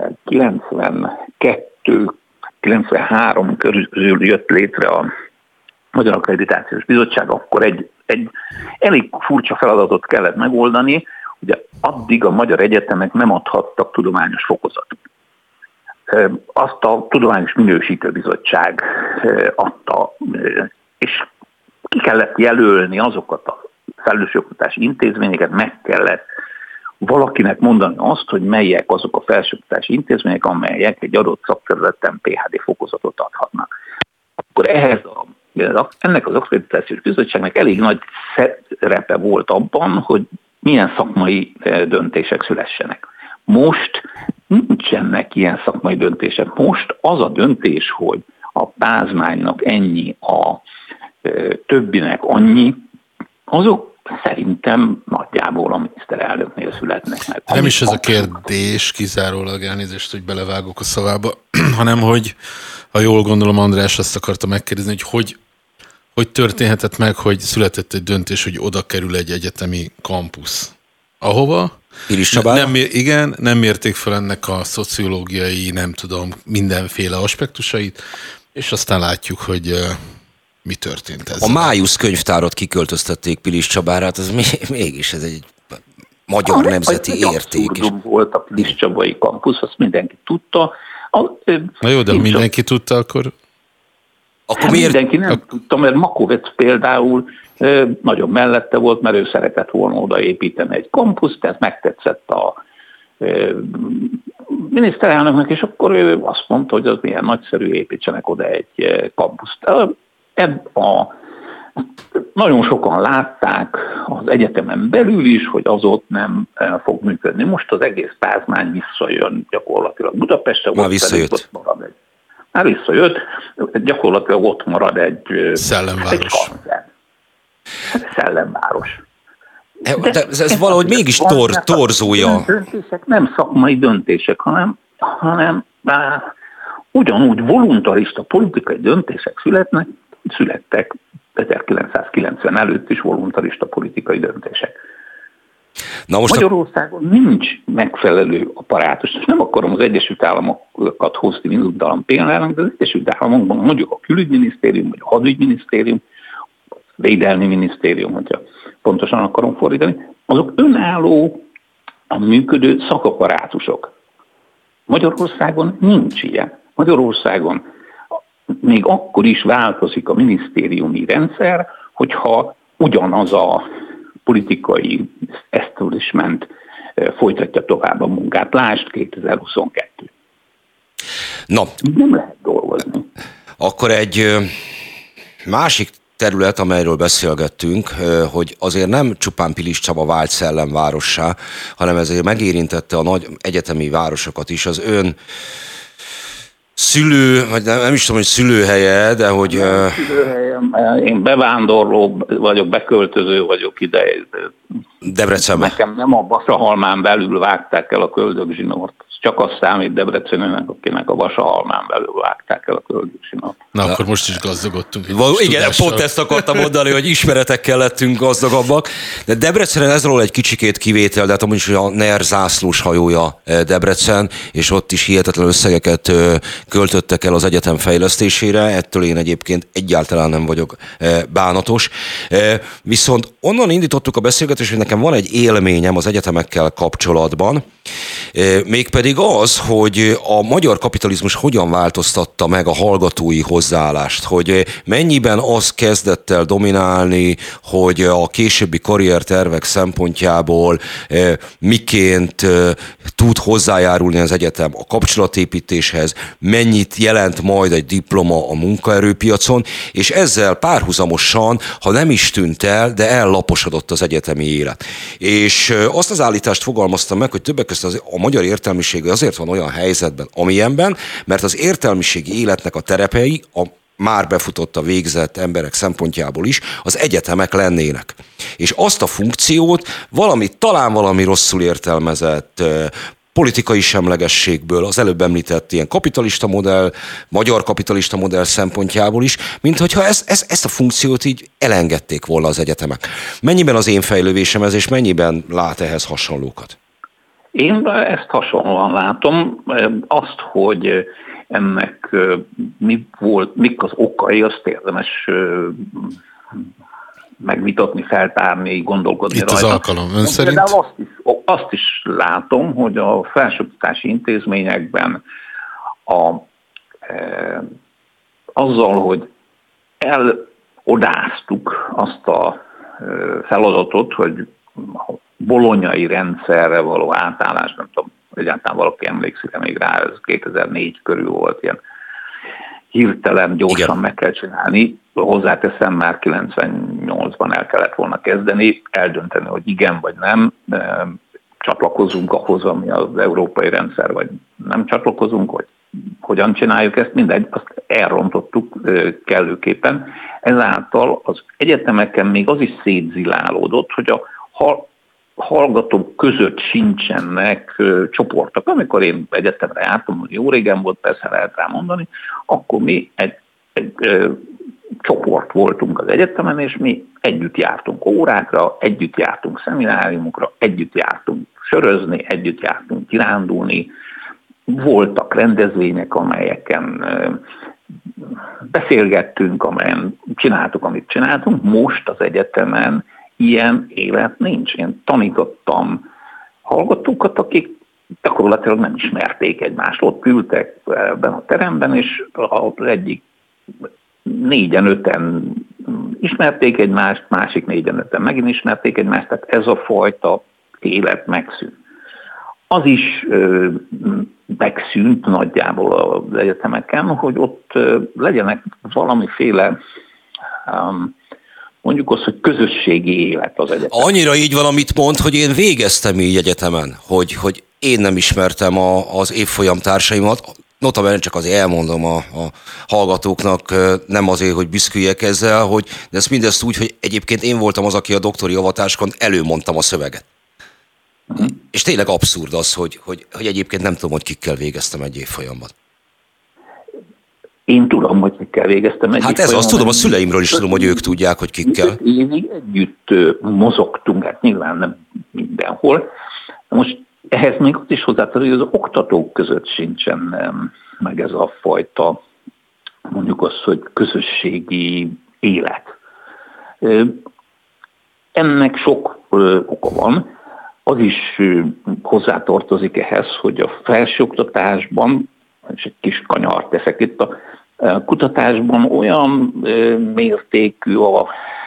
92-93 körül jött létre a Magyar Akkreditációs Bizottság, akkor egy elég furcsa feladatot kellett megoldani, ugye addig a magyar egyetemek nem adhattak tudományos fokozatot. Azt a Tudományos Minősítő Bizottság adta, és ki kellett jelölni azokat a felsőoktatási intézményeket, meg kellett valakinek mondani azt, hogy melyek azok a felsőoktatási intézmények, amelyek egy adott szakterületen PhD fokozatot adhatnak. Akkor ennek az Akkreditációs Bizottságnak elég nagy szerepe volt abban, hogy milyen szakmai döntések szülessenek. Most nincsenek ilyen szakmai döntések. Most az a döntés, hogy a pázmánynak ennyi, a többinek annyi, azok szerintem nagyjából a miniszterelnöknél születnek meg. Nem is ez a kérdés, kizárólag elnézést, hogy belevágok a szavába, hanem hogy, ha jól gondolom, András azt akarta megkérdezni, hogy történhetett meg, hogy született egy döntés, hogy oda kerül egy egyetemi kampusz. Ahova? Nem mérték fel ennek a szociológiai, nem tudom, mindenféle aspektusait, és aztán látjuk, hogy mi történt ezzel. A Májusz könyvtárat kiköltöztették Pilis Csabára, hát ez mégis ez egy magyar nemzeti érték. Volt a Pilis Csabai kampusz, azt mindenki tudta. Na jó, de mindenki tudta, akkor miért? Mindenki nem tudta, mert Makovec például nagyon mellette volt, mert ő szeretett volna odaépíteni egy kampuszt, tehát megtetszett a miniszterelnöknek, és akkor ő azt mondta, hogy az milyen nagyszerű, építsenek oda egy kampuszt. Nagyon sokan látták az egyetemen belül is, hogy az ott nem fog működni. Most az egész pázmány visszajön gyakorlatilag Budapestre. Már visszajött. Már visszajött, gyakorlatilag ott marad egy szellemváros. De ez valahogy mégis torzója. Döntések nem szakmai döntések, hanem ugyanúgy voluntarista politikai döntések születtek 1990 előtt is voluntarista politikai döntések. Magyarországon nincs megfelelő apparátus. Nem akarom az Egyesült Államokat hozni minduddalan például, de az Egyesült Államokban mondjuk a külügyminisztérium, vagy a hadügyminisztérium, a védelmi minisztérium, hogyha pontosan akarom fordítani, azok önálló a működő szakapparátusok. Magyarországon nincs ilyen. Magyarországon még akkor is változik a minisztériumi rendszer, hogyha ugyanaz a politikai establishment folytatja tovább a munkát. Lásd 2022. Na, nem lehet dolgozni. Akkor egy másik terület, amelyről beszélgettünk, hogy azért nem csupán Pilis Csaba vált szellemvárossá, hanem ezért megérintette a nagy egyetemi városokat is. Az ön szülő, vagy nem is tudom, hogy szülőhelye, de hogy... Én bevándorló vagyok, beköltöző vagyok ide. Debrecenbe. Nekem nem a Baszahalmán belül vágták el a köldögzsinort. Csak az számít Debrecenőnek, akinek a Vasalmán belül vágták el a Kölgősinat. Na, akkor most is gazdagodtunk. Igen, pont ezt akartam mondani, hogy ismeretekkel lettünk gazdagabbak. De Debrecenen ez róla egy kicsikét kivétel, de hát amúgy is a NER zászlós hajója Debrecen, és ott is hihetetlen összegeket költöttek el az egyetem fejlesztésére. Ettől én egyébként egyáltalán nem vagyok bánatos. Viszont onnan indítottuk a beszélgetést, hogy nekem van egy élményem az egyetemekkel kapcsolatban, mégpedig az, hogy a magyar kapitalizmus hogyan változtatta meg a hallgatói hozzáállást, hogy mennyiben az kezdett el dominálni, hogy a későbbi karriertervek szempontjából miként tud hozzájárulni az egyetem a kapcsolatépítéshez, mennyit jelent majd egy diploma a munkaerőpiacon, és ezzel párhuzamosan, ha nem is tűnt el, de ellaposodott az egyetemi élet. És azt az állítást fogalmaztam meg, hogy többek között a magyar értelmiség azért van olyan helyzetben, amilyenben, mert az értelmiségi életnek a terepei, a már befutott a végzett emberek szempontjából is, az egyetemek lennének. És azt a funkciót talán valami rosszul értelmezett politikai semlegességből, az előbb említett ilyen kapitalista modell, magyar kapitalista modell szempontjából is, mint hogyha ezt a funkciót így elengedték volna az egyetemek. Mennyiben az én fejlődésem ez, és mennyiben lát ehhez hasonlókat? Én ezt hasonlóan látom. Azt, hogy ennek mik az okai, azt érdemes megvitatni, feltárni, gondolkodni itt rajta. Az alkalom ön szerint? De azt is látom, hogy a felsőoktatási intézményekben azzal, hogy elodáztuk azt a feladatot, hogy a bolonyai rendszerre való átállás, nem tudom, egyáltalán valaki emlékszik még rá, ez 2004 körül volt, ilyen hirtelen, gyorsan igen, meg kell csinálni. Hozzáteszem, már 98-ban el kellett volna kezdeni, eldönteni, hogy igen vagy nem, csatlakozunk ahhoz, ami az európai rendszer, vagy nem csatlakozunk, hogy hogyan csináljuk ezt, mindegy, azt elrontottuk kellőképpen. Ezáltal az egyetemeken még az is szétzilálódott, hogy a hallgatók között sincsenek csoportok. Amikor én egyetemre jártam, hogy jó régen volt, persze lehet rá mondani, akkor mi egy csoport voltunk az egyetemen, és mi együtt jártunk órákra, együtt jártunk szemináriumokra, együtt jártunk sörözni, együtt jártunk kirándulni. Voltak rendezvények, amelyeken beszélgettünk, amelyen csináltuk, amit csináltunk. Most az egyetemen ilyen élet nincs. Én tanítottam hallgatókat, akik gyakorlatilag nem ismerték egymást. Ott ültek ebben a teremben, és az egyik 4-5 ismerték egymást, másik 4-5 megint ismerték egymást, tehát ez a fajta élet megszűnt. Az is megszűnt nagyjából az egyetemeken, hogy ott legyenek valamiféle mondjuk azt, hogy közösségi élet az egyetem. Annyira így van, amit mond, hogy én végeztem így egyetemen, hogy én nem ismertem az évfolyam társaimat, notabene csak azért elmondom a hallgatóknak, nem azért, hogy büszköljek ezzel, de mindezt úgy, hogy egyébként én voltam az, aki a doktori avatáskon előmondtam a szöveget. És tényleg abszurd az, hogy egyébként nem tudom, hogy kikkel végeztem egy évfolyamban. Én tudom, hogy kikkel végeztem egy Hát ez azt tudom, a szüleimről is tudom, hogy ők tudják, hogy kikkel. Évig együtt mozogtunk, hát nyilván nem mindenhol. Most ehhez még ott is hozzátartozik, hogy az oktatók között sincsen meg ez a fajta, mondjuk azt, hogy közösségi élet. Ennek sok oka van. Az is hozzátartozik ehhez, hogy a felsőoktatásban, és egy kis kanyart teszek itt, a kutatásban olyan mértékű a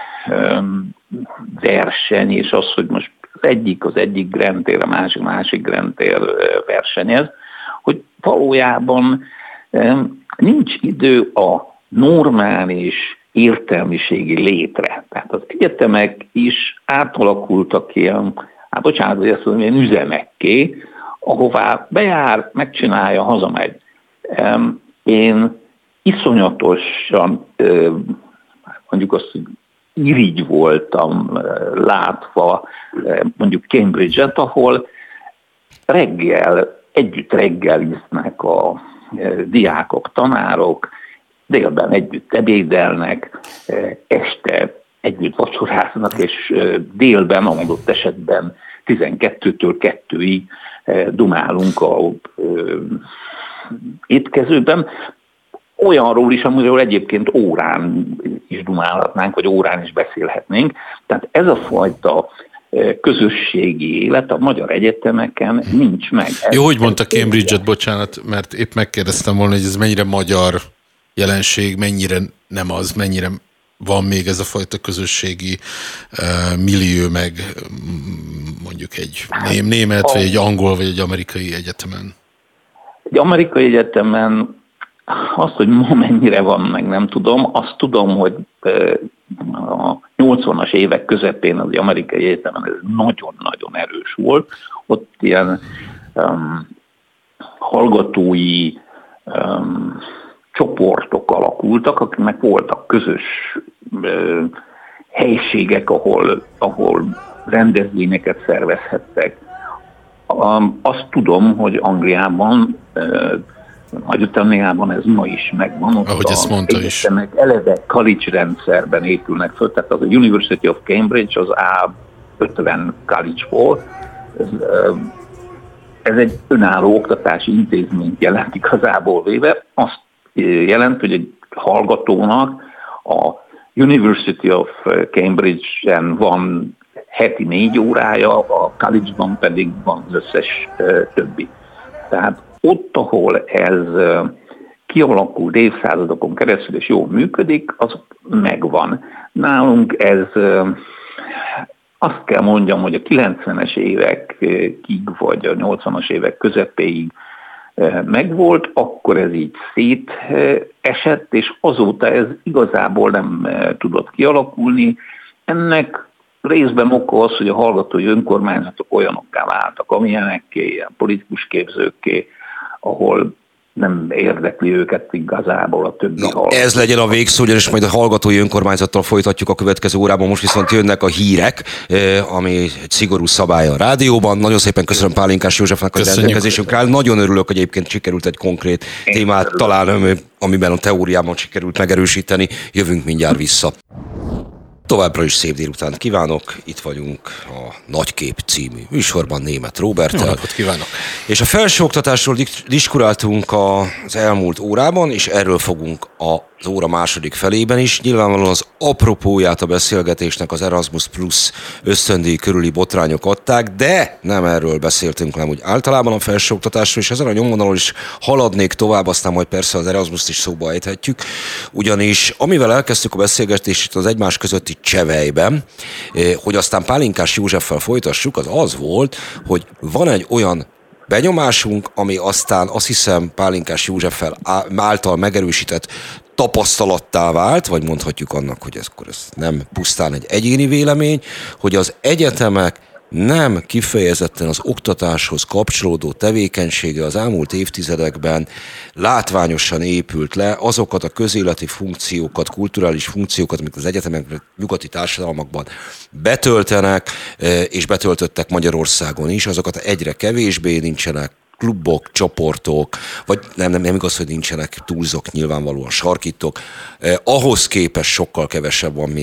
verseny, és az, hogy most az egyik grantér, a másik grantér versenyez, hogy valójában nincs idő a normális értelmiségi létre. Tehát az egyetemek is átalakultak ilyen, bocsánat, hogy ezt mondom, ilyen üzemekké, ahová bejár, megcsinálja, hazamegy. Én iszonyatosan, mondjuk azt, hogy irigy voltam látva mondjuk Cambridge-et, ahol reggel együtt reggeliznek a diákok, tanárok, délben együtt ebédelnek, este együtt vacsoráznak, és délben, adott esetben 12-től 2-ig dumálunk a étkezőben. Olyanról is, amiről egyébként órán is dumálhatnánk, vagy órán is beszélhetnénk. Tehát ez a fajta közösségi élet a magyar egyetemeken nincs meg. Jó, hogy mondta Cambridge-et, bocsánat, mert épp megkérdeztem volna, hogy ez mennyire magyar jelenség, mennyire nem az, mennyire van még ez a fajta közösségi millió, meg mondjuk egy német, vagy egy angol, vagy egy amerikai egyetemen. Egy amerikai egyetemen azt, hogy ma mennyire van, meg nem tudom. Azt tudom, hogy a 80-as évek közepén az amerikai egyetemen ez nagyon-nagyon erős volt. Ott ilyen hallgatói csoportok alakultak, akiknek voltak közös helységek, ahol rendezvényeket szervezhettek. Azt tudom, hogy Angliában, Nagy-Britanniában ez ma is megvan. Ott ahogy ezt mondta is. Eleve college rendszerben épülnek föl, tehát az a University of Cambridge az A50 College volt. Ez egy önálló oktatási intézményt jelent igazából véve. Azt jelent, hogy egy hallgatónak a University of Cambridge-en van heti 4 órája, a college-ban pedig van az összes többi. Tehát ott, ahol ez kialakult évszázadokon keresztül és jól működik, az megvan. Nálunk ez, azt kell mondjam, hogy a 90-es évekig, vagy a 80-as évek közepéig megvolt, akkor ez így szétesett, és azóta ez igazából nem tudott kialakulni. Ennek részben oka az, hogy a hallgatói önkormányzatok olyanokká váltak, amilyenekké, ilyen politikus képzőkké, ahol nem érdekli őket igazából a többi hallgató. Ez legyen a végszó, és majd a hallgatói önkormányzattal folytatjuk a következő órában. Most viszont jönnek a hírek, ami egy szigorú szabály a rádióban. Nagyon szépen köszönöm Pálinkás Józsefnek, hogy rendelkezésünkre áll. Nagyon örülök, hogy egyébként sikerült egy konkrét témát találni, amiben a teóriában sikerült megerősíteni. Jövünk mindjárt vissza. Továbbra is szép délutánt kívánok, itt vagyunk a Nagykép című műsorban Németh Róberttel. Jó napot kívánok! És a felsőoktatásról diskuráltunk az elmúlt órában, és erről fogunk az óra második felében is. Nyilvánvalóan az apropóját a beszélgetésnek az Erasmus Plus ösztöndíj körüli botrányok adták, de nem erről beszéltünk, hanem úgy általában a felsőoktatásról, és ezen a nyomvonalon is haladnék tovább, aztán majd persze az Erasmus-t is szóba ejthetjük. Ugyanis amivel elkezdtük a beszélgetést az egymás közötti csevejben, hogy aztán Pálinkás Józseffel folytassuk, az az volt, hogy van egy olyan benyomásunk, ami aztán azt hiszem Pálinkás Józseffel által megerősített tapasztalattá vált, vagy mondhatjuk annak, hogy ez nem pusztán egy egyéni vélemény, hogy az egyetemek nem kifejezetten az oktatáshoz kapcsolódó tevékenysége az elmúlt évtizedekben látványosan épült le, azokat a közéleti funkciókat, kulturális funkciókat, amik az egyetemek nyugati társadalmakban betöltenek, és betöltöttek Magyarországon is, azokat egyre kevésbé, nincsenek klubok, csoportok, vagy nem igaz, hogy nincsenek, túlzok, nyilvánvalóan sarkítok. Ahhoz képest sokkal kevesebb van,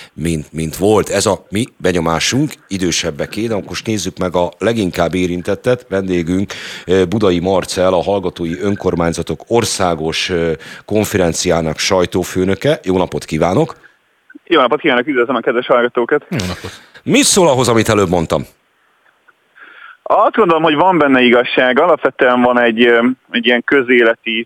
mint volt. Ez a mi benyomásunk, idősebbeké, de akkor nézzük meg a leginkább érintettet. Vendégünk Budai Marcell, a Hallgatói Önkormányzatok Országos Konferenciának sajtófőnöke. Jó napot kívánok! Jó napot kívánok, üdvözlöm a kedves hallgatókat! Jó napot! Mit szól ahhoz, amit előbb mondtam? Azt gondolom, hogy van benne igazság. Alapvetően van egy ilyen közéleti,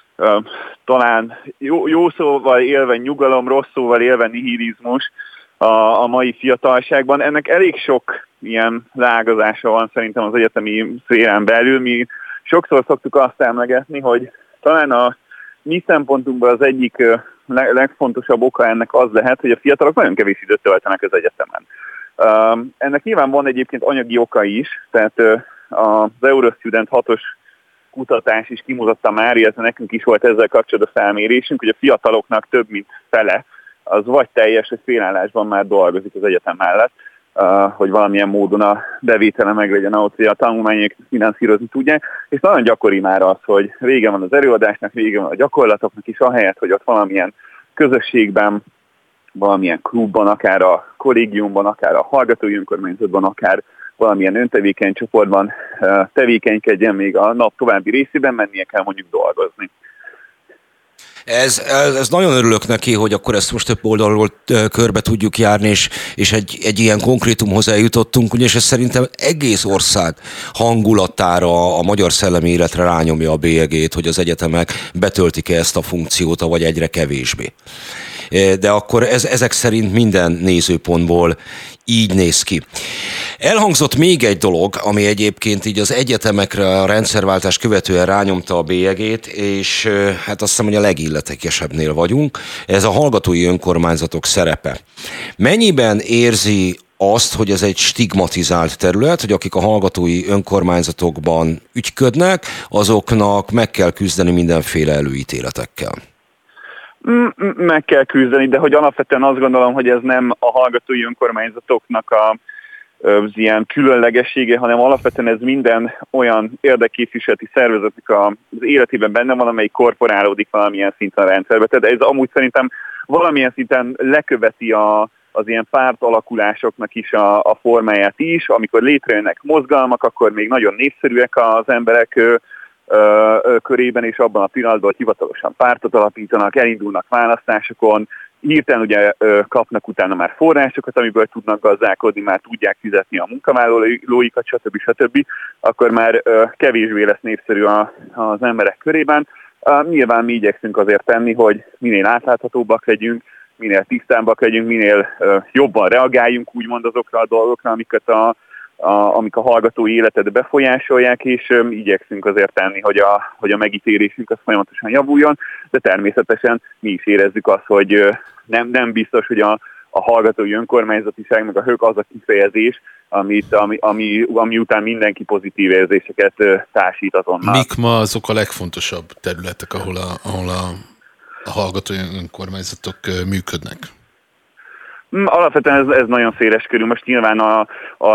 talán jó szóval élve nyugalom, rossz szóval élve nihilizmus a mai fiatalságban. Ennek elég sok ilyen leágazása van szerintem az egyetemi szférán belül. Mi sokszor szoktuk azt emlegetni, hogy talán a mi szempontunkban az egyik legfontosabb oka ennek az lehet, hogy a fiatalok nagyon kevés időt töltenek az egyetemen. Ennek nyilván van egyébként anyagi oka is, tehát az Eurostudent 6-os kutatás is kimutatta már, illetve nekünk is volt ezzel kapcsolatban felmérésünk, hogy a fiataloknak több mint fele az vagy teljes, vagy félállásban már dolgozik az egyetem mellett. hogy valamilyen módon a bevétele meglegyen ahhoz, hogy a tanulmányokat finanszírozni tudják, és nagyon gyakori már az, hogy vége van az előadásnak, vége van a gyakorlatoknak, és ahelyett, hogy ott valamilyen közösségben, valamilyen klubban, akár a kollégiumban, akár a hallgatói önkormányzatban, akár valamilyen öntevékeny csoportban tevékenykedjen még a nap további részében, mennie kell mondjuk dolgozni. Ez nagyon örülök neki, hogy akkor ezt most több oldalról körbe tudjuk járni, és egy ilyen konkrétumhoz eljutottunk, ugyanis ez szerintem egész ország hangulatára, a magyar szellemi életre rányomja a bélyegét, hogy az egyetemek betöltik-e ezt a funkciót, vagy egyre kevésbé. De akkor ezek szerint minden nézőpontból így néz ki. Elhangzott még egy dolog, ami egyébként így az egyetemekre a rendszerváltás követően rányomta a bélyegét, és hát azt hiszem, hogy a legilletékesebbnél vagyunk, ez a hallgatói önkormányzatok szerepe. Mennyiben érzi azt, hogy ez egy stigmatizált terület, hogy akik a hallgatói önkormányzatokban ügyködnek, azoknak meg kell küzdeni mindenféle előítéletekkel? Meg kell küzdeni, de hogy alapvetően azt gondolom, hogy ez nem a hallgatói önkormányzatoknak az ilyen különlegessége, hanem alapvetően ez minden olyan érdekképviseleti szervezetnek az életében benne van, amelyik korporálódik valamilyen szinten a rendszerbe. Tehát ez amúgy szerintem valamilyen szinten leköveti az ilyen párt alakulásoknak is a formáját is. Amikor létrejönnek mozgalmak, akkor még nagyon népszerűek az emberek körében, és abban a pillanatban, hogy hivatalosan pártot alapítanak, elindulnak választásokon, hirtelen ugye kapnak utána már forrásokat, amiből tudnak gazdálkodni, már tudják fizetni a munkavállalóikat, stb. Akkor már kevésbé lesz népszerű az emberek körében. Nyilván mi igyekszünk azért tenni, hogy minél átláthatóbbak legyünk, minél tisztábbak legyünk, minél jobban reagáljunk úgymond azokra a dolgokra, amik a hallgatói életet befolyásolják, és igyekszünk azért tenni, hogy a megítélésünk az folyamatosan javuljon, de természetesen mi is érezzük azt, hogy nem biztos, hogy a hallgatói önkormányzatiság meg a HÖK az a kifejezés, ami után mindenki pozitív érzéseket társít azonnal. Mik ma azok a legfontosabb területek, ahol a hallgatói önkormányzatok működnek? Alapvetően ez nagyon széles körül. Most nyilván a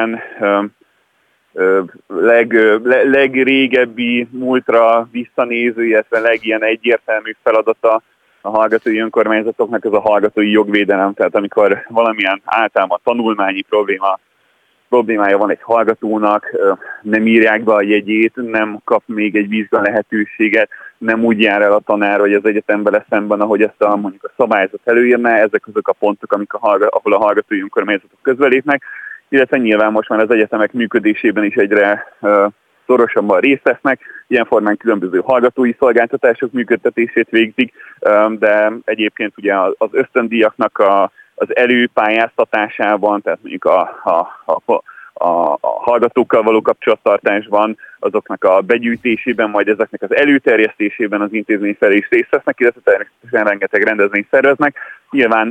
legrégebbi múltra visszanéző, illetve legilyen egyértelmű feladata a hallgatói önkormányzatoknak ez a hallgatói jogvédelem. Tehát amikor valamilyen általában tanulmányi problémája van egy hallgatónak, nem írják be a jegyét, nem kap még egy vizsga lehetőséget, nem úgy jár el a tanár, hogy az egyetemben lesz szemben, ahogy ezt mondjuk a szabályzat előírná, ezek azok a pontok, ahol a hallgatói önkormányzatok közbelépnek, illetve nyilván most már az egyetemek működésében is egyre szorosabban részt vesznek, ilyen formán különböző hallgatói szolgáltatások működtetését végzik, de egyébként ugye az ösztöndíjaknak az előpályáztatásában, tehát mondjuk a hallgatókkal való kapcsolattartásban, azoknak a begyűjtésében, majd ezeknek az előterjesztésében az intézmény felé is részt vesznek, illetve természetesen rengeteg rendezvényt szerveznek. Nyilván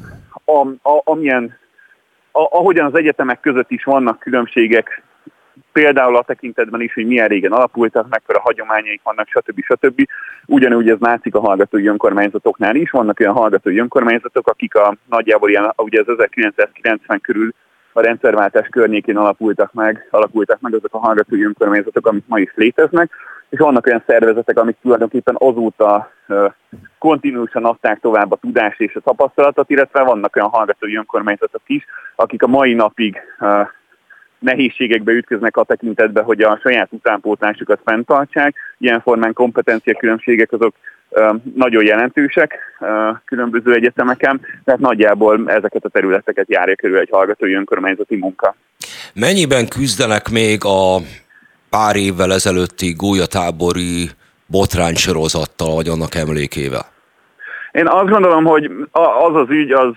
ahogyan az egyetemek között is vannak különbségek, például a tekintetben is, hogy milyen régen alapultak, mekkora hagyományaik vannak, stb. Ugyanúgy ez látszik a hallgatói önkormányzatoknál is. Vannak olyan hallgatói önkormányzatok, akik nagyjából ilyen, ugye az 1990 körül a rendszerváltás környékén alakultak meg azok a hallgatói önkormányzatok, amik ma is léteznek, és vannak olyan szervezetek, amik tulajdonképpen azóta kontinúsan adták tovább a tudást és a tapasztalatot, illetve vannak olyan hallgatói önkormányzatok is, akik a mai napig nehézségekbe ütköznek a tekintetben, hogy a saját utánpótlásukat fenntartsák. Ilyen formán kompetenciakülönbségek azok nagyon jelentősek különböző egyetemeken, tehát nagyjából ezeket a területeket járja körül egy hallgatói önkormányzati munka. Mennyiben küzdenek még a pár évvel ezelőtti gólyatábori botránysorozattal, vagy annak emlékével? Én azt gondolom, hogy az ügy az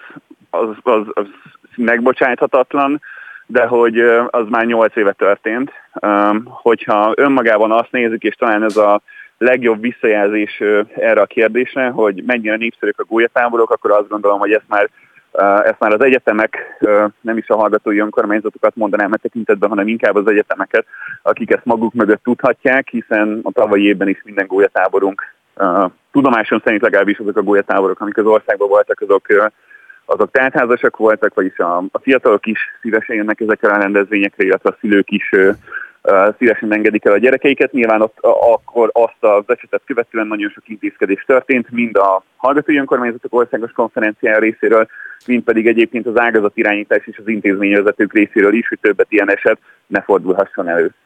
megbocsáthatatlan, de hogy az már 8 éve történt. Hogyha önmagában azt nézzük, és talán ez a legjobb visszajelzés erre a kérdésre, hogy mennyire népszerűek a gólyatáborok, akkor azt gondolom, hogy ezt már az egyetemek, nem is a hallgatói önkormányzatokat mondanám e tekintetben, hanem inkább az egyetemeket, akik ezt maguk mögött tudhatják, hiszen a tavalyi évben is minden gólyatáborunk, tudomásom szerint legalábbis azok a gólyatáborok, amik az országban voltak, azok teltházasak voltak, vagyis a fiatalok is szívesen jönnek ezekre a rendezvényekre, illetve a szülők is szívesen engedik el a gyerekeiket. Nyilván ott akkor azt az esetet követően nagyon sok intézkedés történt, mind a Hallgatói Önkormányzatok Országos Konferenciája részéről, mind pedig egyébként az ágazatirányítás és az intézményvezetők részéről is, hogy többet ilyen eset ne fordulhasson elő.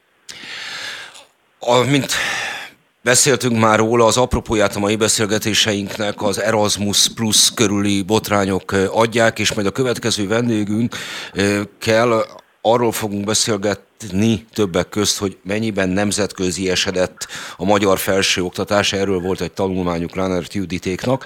Mint beszéltünk már róla, az apropóját a mai beszélgetéseinknek az Erasmus Plus körüli botrányok adják, és majd a következő vendégünkkel arról fogunk beszélgetni többek közt, hogy mennyiben nemzetközi esedett a magyar felsőoktatás. Erről volt egy tanulmányuk Lánert Juditéknak.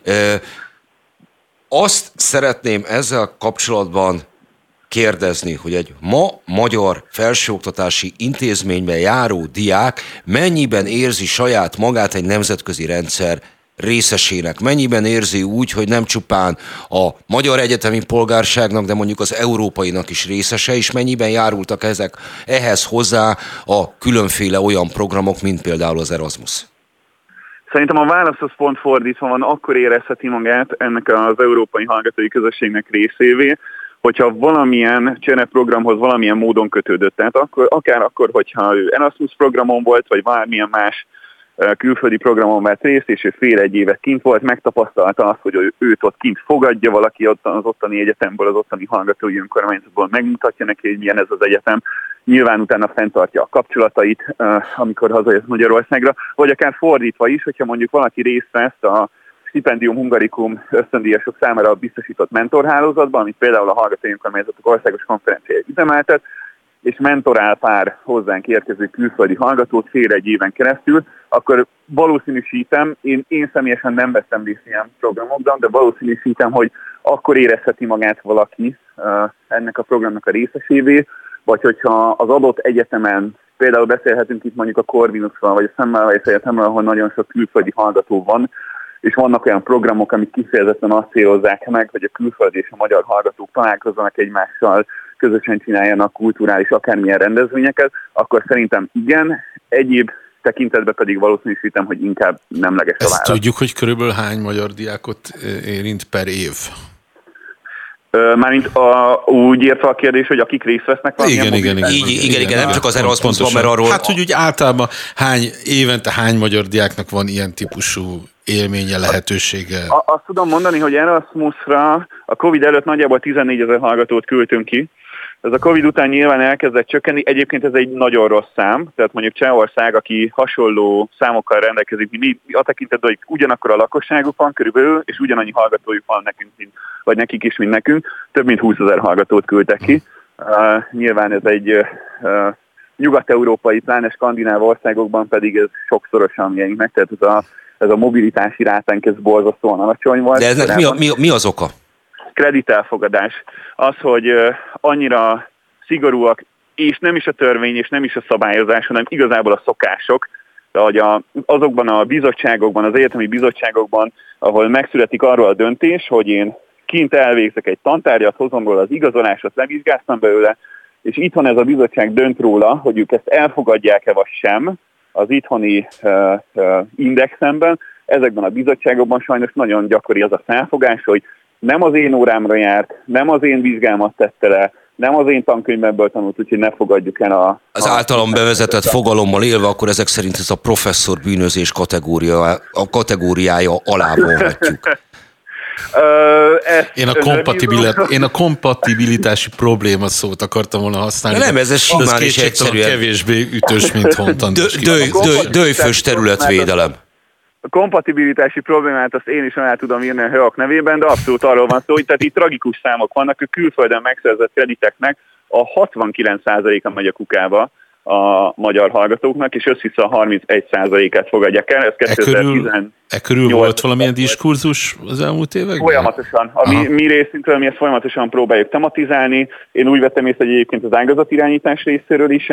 Azt szeretném ezzel kapcsolatban kérdezni, hogy egy ma magyar felsőoktatási intézményben járó diák mennyiben érzi saját magát egy nemzetközi rendszer részesének, mennyiben érzi úgy, hogy nem csupán a magyar egyetemi polgárságnak, de mondjuk az európainak is részese, és mennyiben járultak ehhez hozzá a különféle olyan programok, mint például az Erasmus? Szerintem a válasz az pont fordítva van, akkor érezheti magát ennek az európai hallgatói közösségnek részévé, hogyha valamilyen csereprogramhoz valamilyen módon kötődött. Tehát akár akkor, hogyha ő Erasmus programon volt, vagy valamilyen más külföldi programon vett részt, és ő fél egy évet kint volt, megtapasztalta azt, hogy őt ott kint fogadja valaki az ottani egyetemből, az ottani hallgatói önkormányzatból, megmutatja neki, hogy milyen ez az egyetem. Nyilván utána fenntartja a kapcsolatait, amikor hazajött Magyarországra, vagy akár fordítva is, hogyha mondjuk valaki részt vesz a Stipendium Hungarikum ösztöndíjasok számára biztosított mentorhálózatban, amit például a Hallgatói Önkormányzatok Országos Konferenciája üzemeltet, és mentorál pár hozzánk érkező külföldi hallgatót fél egy éven keresztül, akkor valószínűsítem, én személyesen nem vettem részt ilyen programokban, de valószínűsítem, hogy akkor érezheti magát valaki ennek a programnak a részesévé, vagy hogyha az adott egyetemen, például beszélhetünk itt mondjuk a Corvinusról, vagy a Semmelweis Egyetemről, ahol nagyon sok külföldi hallgató van, és vannak olyan programok, amik kifejezetten azt célozzák meg, hogy a külföldi és a magyar hallgatók találkozzanak egymással, közösen csináljanak kulturális akármilyen rendezvényeket, akkor szerintem igen, egyéb tekintetben pedig valószínűsítem, hogy inkább nemleges a válasz. Ezt tudjuk, hogy körülbelül hány magyar diákot érint per év? Mármint úgy értve a kérdés, hogy akik részt vesznek valamilyen Igen, nem csak az Erasmusban, mert arról... Hát, hogy úgy általában évente hány magyar diáknak van ilyen típusú élménye, lehetősége? Azt tudom mondani, hogy Erasmusra a Covid előtt nagyjából 14 000 hallgatót küldtünk ki. Ez a Covid után nyilván elkezdett csökkenni. Egyébként ez egy nagyon rossz szám. Tehát mondjuk Csehország, aki hasonló számokkal rendelkezik, mint mi, a tekintetben, hogy ugyanakkor a lakosságuk van körülbelül, és ugyanannyi hallgatójuk van nekünk, vagy nekik is, mint nekünk. Több mint 20 000 hallgatót küldtek ki. Nyilván ez egy nyugat-európai, pláne skandináv országokban pedig ez sokszorosan mieinknek. Tehát ez a mobilitási rátánk, ez borzasztóan alacsony volt. De eznek mi az oka? Kreditelfogadás. Az, hogy annyira szigorúak, és nem is a törvény, és nem is a szabályozás, hanem igazából a szokások, de hogy azokban a bizottságokban, az egyetemi bizottságokban, ahol megszületik arról a döntés, hogy én kint elvégzek egy tantárgyat, hozom róla az igazolásot, levizsgáztam belőle, és itthon ez a bizottság dönt róla, hogy ők ezt elfogadják-e vagy sem az itthoni indexemben. Ezekben a bizottságokban sajnos nagyon gyakori az a felfogás, hogy nem az én órámra járt, nem az én vizsgámat tette le, nem az én tankönyvemből tanult, úgyhogy ne fogadjuk el az általam bevezetett fogalommal élve, akkor ezek szerint ez a professzor bűnözés kategóriája alá vonhatjuk. Én a kompatibilitási probléma szót akartam volna használni. De nem, ez simán is egyszerűen kevésbé ütős, mint hontan. Dőfös területvédelem. A kompatibilitási problémát azt én is el tudom írni a HEAK nevében, de abszolút arról van szó, hogy tehát itt tragikus számok vannak, a külföldön megszerzett krediteknek a 69%-a megy a kukába a magyar hallgatóknak, és össze-vissza a 31%-át fogadják el. Ez 2018. Körül volt valamilyen diskurzus az elmúlt években? Folyamatosan. Mi részünkről mi ezt folyamatosan próbáljuk tematizálni. Én úgy vettem észre, hogy egyébként az ágazatirányítás részéről is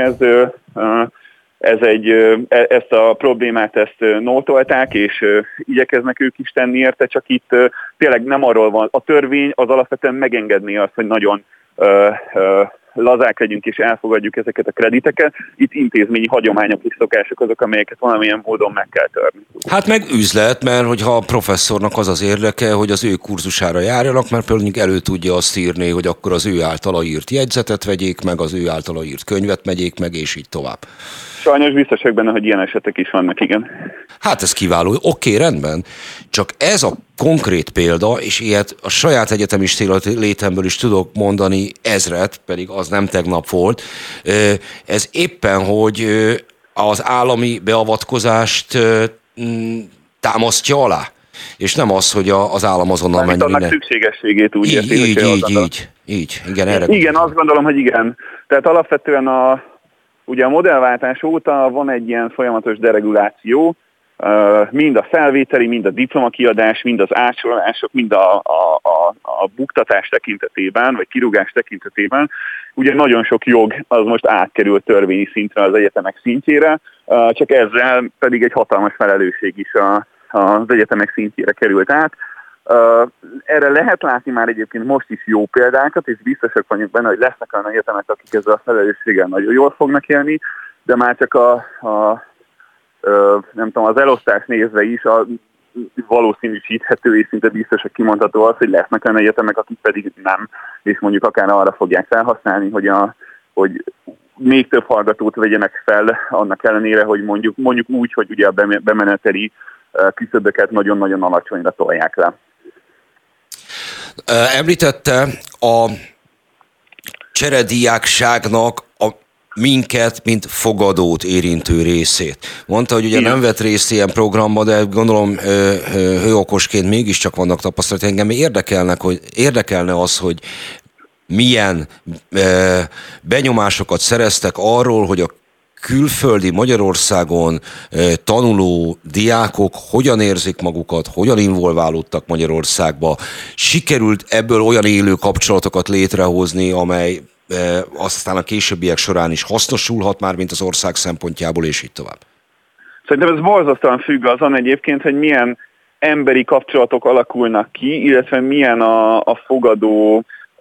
ezt a problémát nótolták, és igyekeznek ők is tenni érte, csak itt tényleg nem arról van. A törvény az alapvetően megengedné azt, hogy nagyon lazák legyünk és elfogadjuk ezeket a krediteket. Itt intézményi hagyományok és szokások azok, amelyeket valamilyen módon meg kell törni. Hát meg üzlet, mert hogyha a professzornak az érdeke, hogy az ő kurzusára járjanak, mert például elő tudja azt írni, hogy akkor az ő általa írt jegyzetet vegyék meg, az ő általa írt könyvet megyék meg, és így tovább. Sajnos biztos vagyok benne, hogy ilyen esetek is vannak, igen. Hát ez kiváló. Oké, rendben. Csak ez a konkrét példa, és ilyet a saját egyetemista létemből is tudok mondani ezret, pedig az nem tegnap volt. Ez éppen, hogy az állami beavatkozást támasztja alá. És nem az, hogy az állam azonnal menjen. Annak szükségességét úgy így. Igen, erre. Igen, azt gondolom, hogy igen. Tehát alapvetően ugye a modellváltás óta van egy ilyen folyamatos dereguláció, mind a felvételi, mind a diplomakiadás, mind az átsorolások, mind a buktatás tekintetében, vagy kirúgás tekintetében. Ugye nagyon sok jog az most átkerült törvényi szintre az egyetemek szintjére, csak ezzel pedig egy hatalmas felelősség is az egyetemek szintjére került át. Erre lehet látni már egyébként most is jó példákat, és biztosak vagyunk benne, hogy lesznek olyan egyetemek, akik ezzel a felelősséggel nagyon jól fognak élni, de már csak nem tudom, az elosztás nézve is valószínűsíthető és szinte biztos, hogy kimondható az, hogy lesznek olyan egyetemek, akik pedig nem, és mondjuk akár arra fogják felhasználni, hogy még több hallgatót vegyenek fel, annak ellenére, hogy mondjuk úgy, hogy ugye a bemeneteli küszöböket nagyon-nagyon alacsonyra tolják le. Említette a cserediákságnak a minket, mint fogadót érintő részét. Mondta, hogy ugye nem vett részt ilyen programba, de gondolom hőokosként mégiscsak vannak tapasztalatok. Engem érdekelne az, hogy milyen benyomásokat szereztek arról, hogy a külföldi Magyarországon tanuló diákok hogyan érzik magukat, hogyan involválódtak Magyarországba. Sikerült ebből olyan élő kapcsolatokat létrehozni, amely aztán a későbbiek során is hasznosulhat már, mint az ország szempontjából, és így tovább. Szerintem ez borzasztóan függ azon egyébként, hogy milyen emberi kapcsolatok alakulnak ki, illetve milyen a fogadó,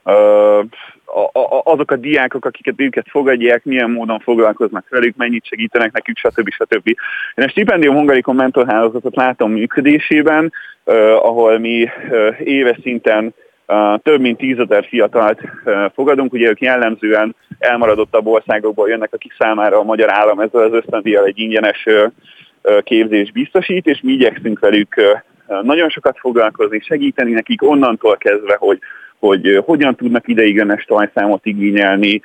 azok a diákok, akiket őket fogadják, milyen módon foglalkoznak velük, mennyit segítenek nekük, stb. Én a Stipendium Hungarikum mentorhálózatot látom működésében, ahol mi éves szinten több mint 10 000 fiatalt fogadunk, ugye ők jellemzően elmaradottabb országokból jönnek, akik számára a magyar állam ezzel az ösztöndíjjal egy ingyenes képzést biztosít, és mi igyekszünk velük nagyon sokat foglalkozni, segíteni nekik onnantól kezdve, hogy hogyan tudnak ideiglenes tajszámot igényelni,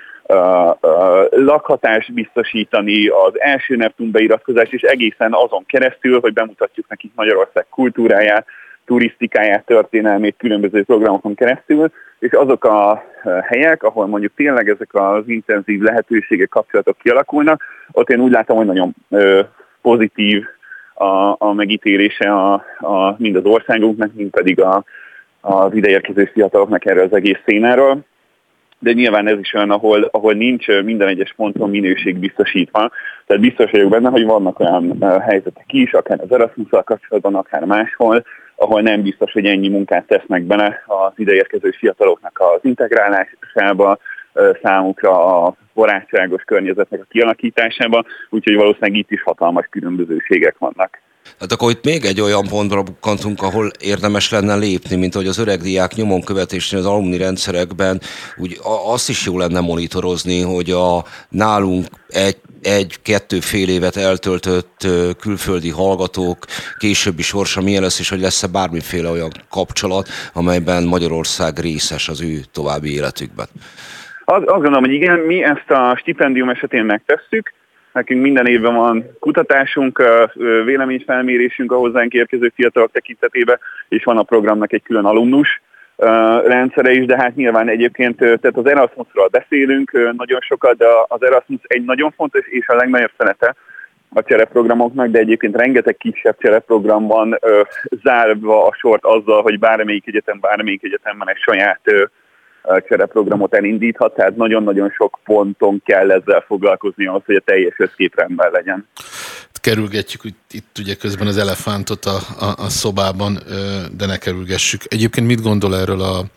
lakhatást biztosítani, az első Neptun beiratkozás, és egészen azon keresztül, hogy bemutatjuk nekik Magyarország kultúráját, turisztikáját, történelmét különböző programokon keresztül, és azok a helyek, ahol mondjuk tényleg ezek az intenzív lehetőségek, kapcsolatok kialakulnak, ott én úgy látom, hogy nagyon pozitív a megítélése mind az országunknak, mind pedig az ideérkező fiataloknak erről az egész szénáról. De nyilván ez is olyan, ahol nincs minden egyes ponton minőség biztosítva. Tehát biztos vagyok benne, hogy vannak olyan helyzetek is, akár az Erasmusszal kapcsolatban, akár máshol, ahol nem biztos, hogy ennyi munkát tesznek bele az ideérkező fiataloknak az integrálásába, számukra a barátságos környezetnek a kialakításába, úgyhogy valószínűleg itt is hatalmas különbözőségek vannak. Hát akkor itt még egy olyan pontra bukkantunk, ahol érdemes lenne lépni, mint hogy az öreg diák nyomon követésnél az alumni rendszerekben, úgy azt is jó lenne monitorozni, hogy a nálunk egy-kettő fél évet eltöltött külföldi hallgatók későbbi sorsa milyen lesz, és hogy lesz-e bármiféle olyan kapcsolat, amelyben Magyarország részes az ő további életükben. Azt gondolom, hogy igen, mi ezt a stipendium esetén megtesszük. Nekünk minden évben van kutatásunk, véleményfelmérésünk a hozzánk érkező fiatalok tekintetében, és van a programnak egy külön alumnus rendszere is, de hát nyilván egyébként, tehát az Erasmusról beszélünk nagyon sokat, de az Erasmus egy nagyon fontos és a legnagyobb szenete a csereprogramoknak, de egyébként rengeteg kisebb csereprogram van, zárva a sort azzal, hogy bármelyik egyetemben egy saját csereprogramot elindíthat, tehát nagyon-nagyon sok ponton kell ezzel foglalkozni ahhoz, hogy a teljes összkép rendben legyen. Kerülgetjük itt ugye közben az elefántot a szobában, de ne kerülgessük. Egyébként mit gondol erről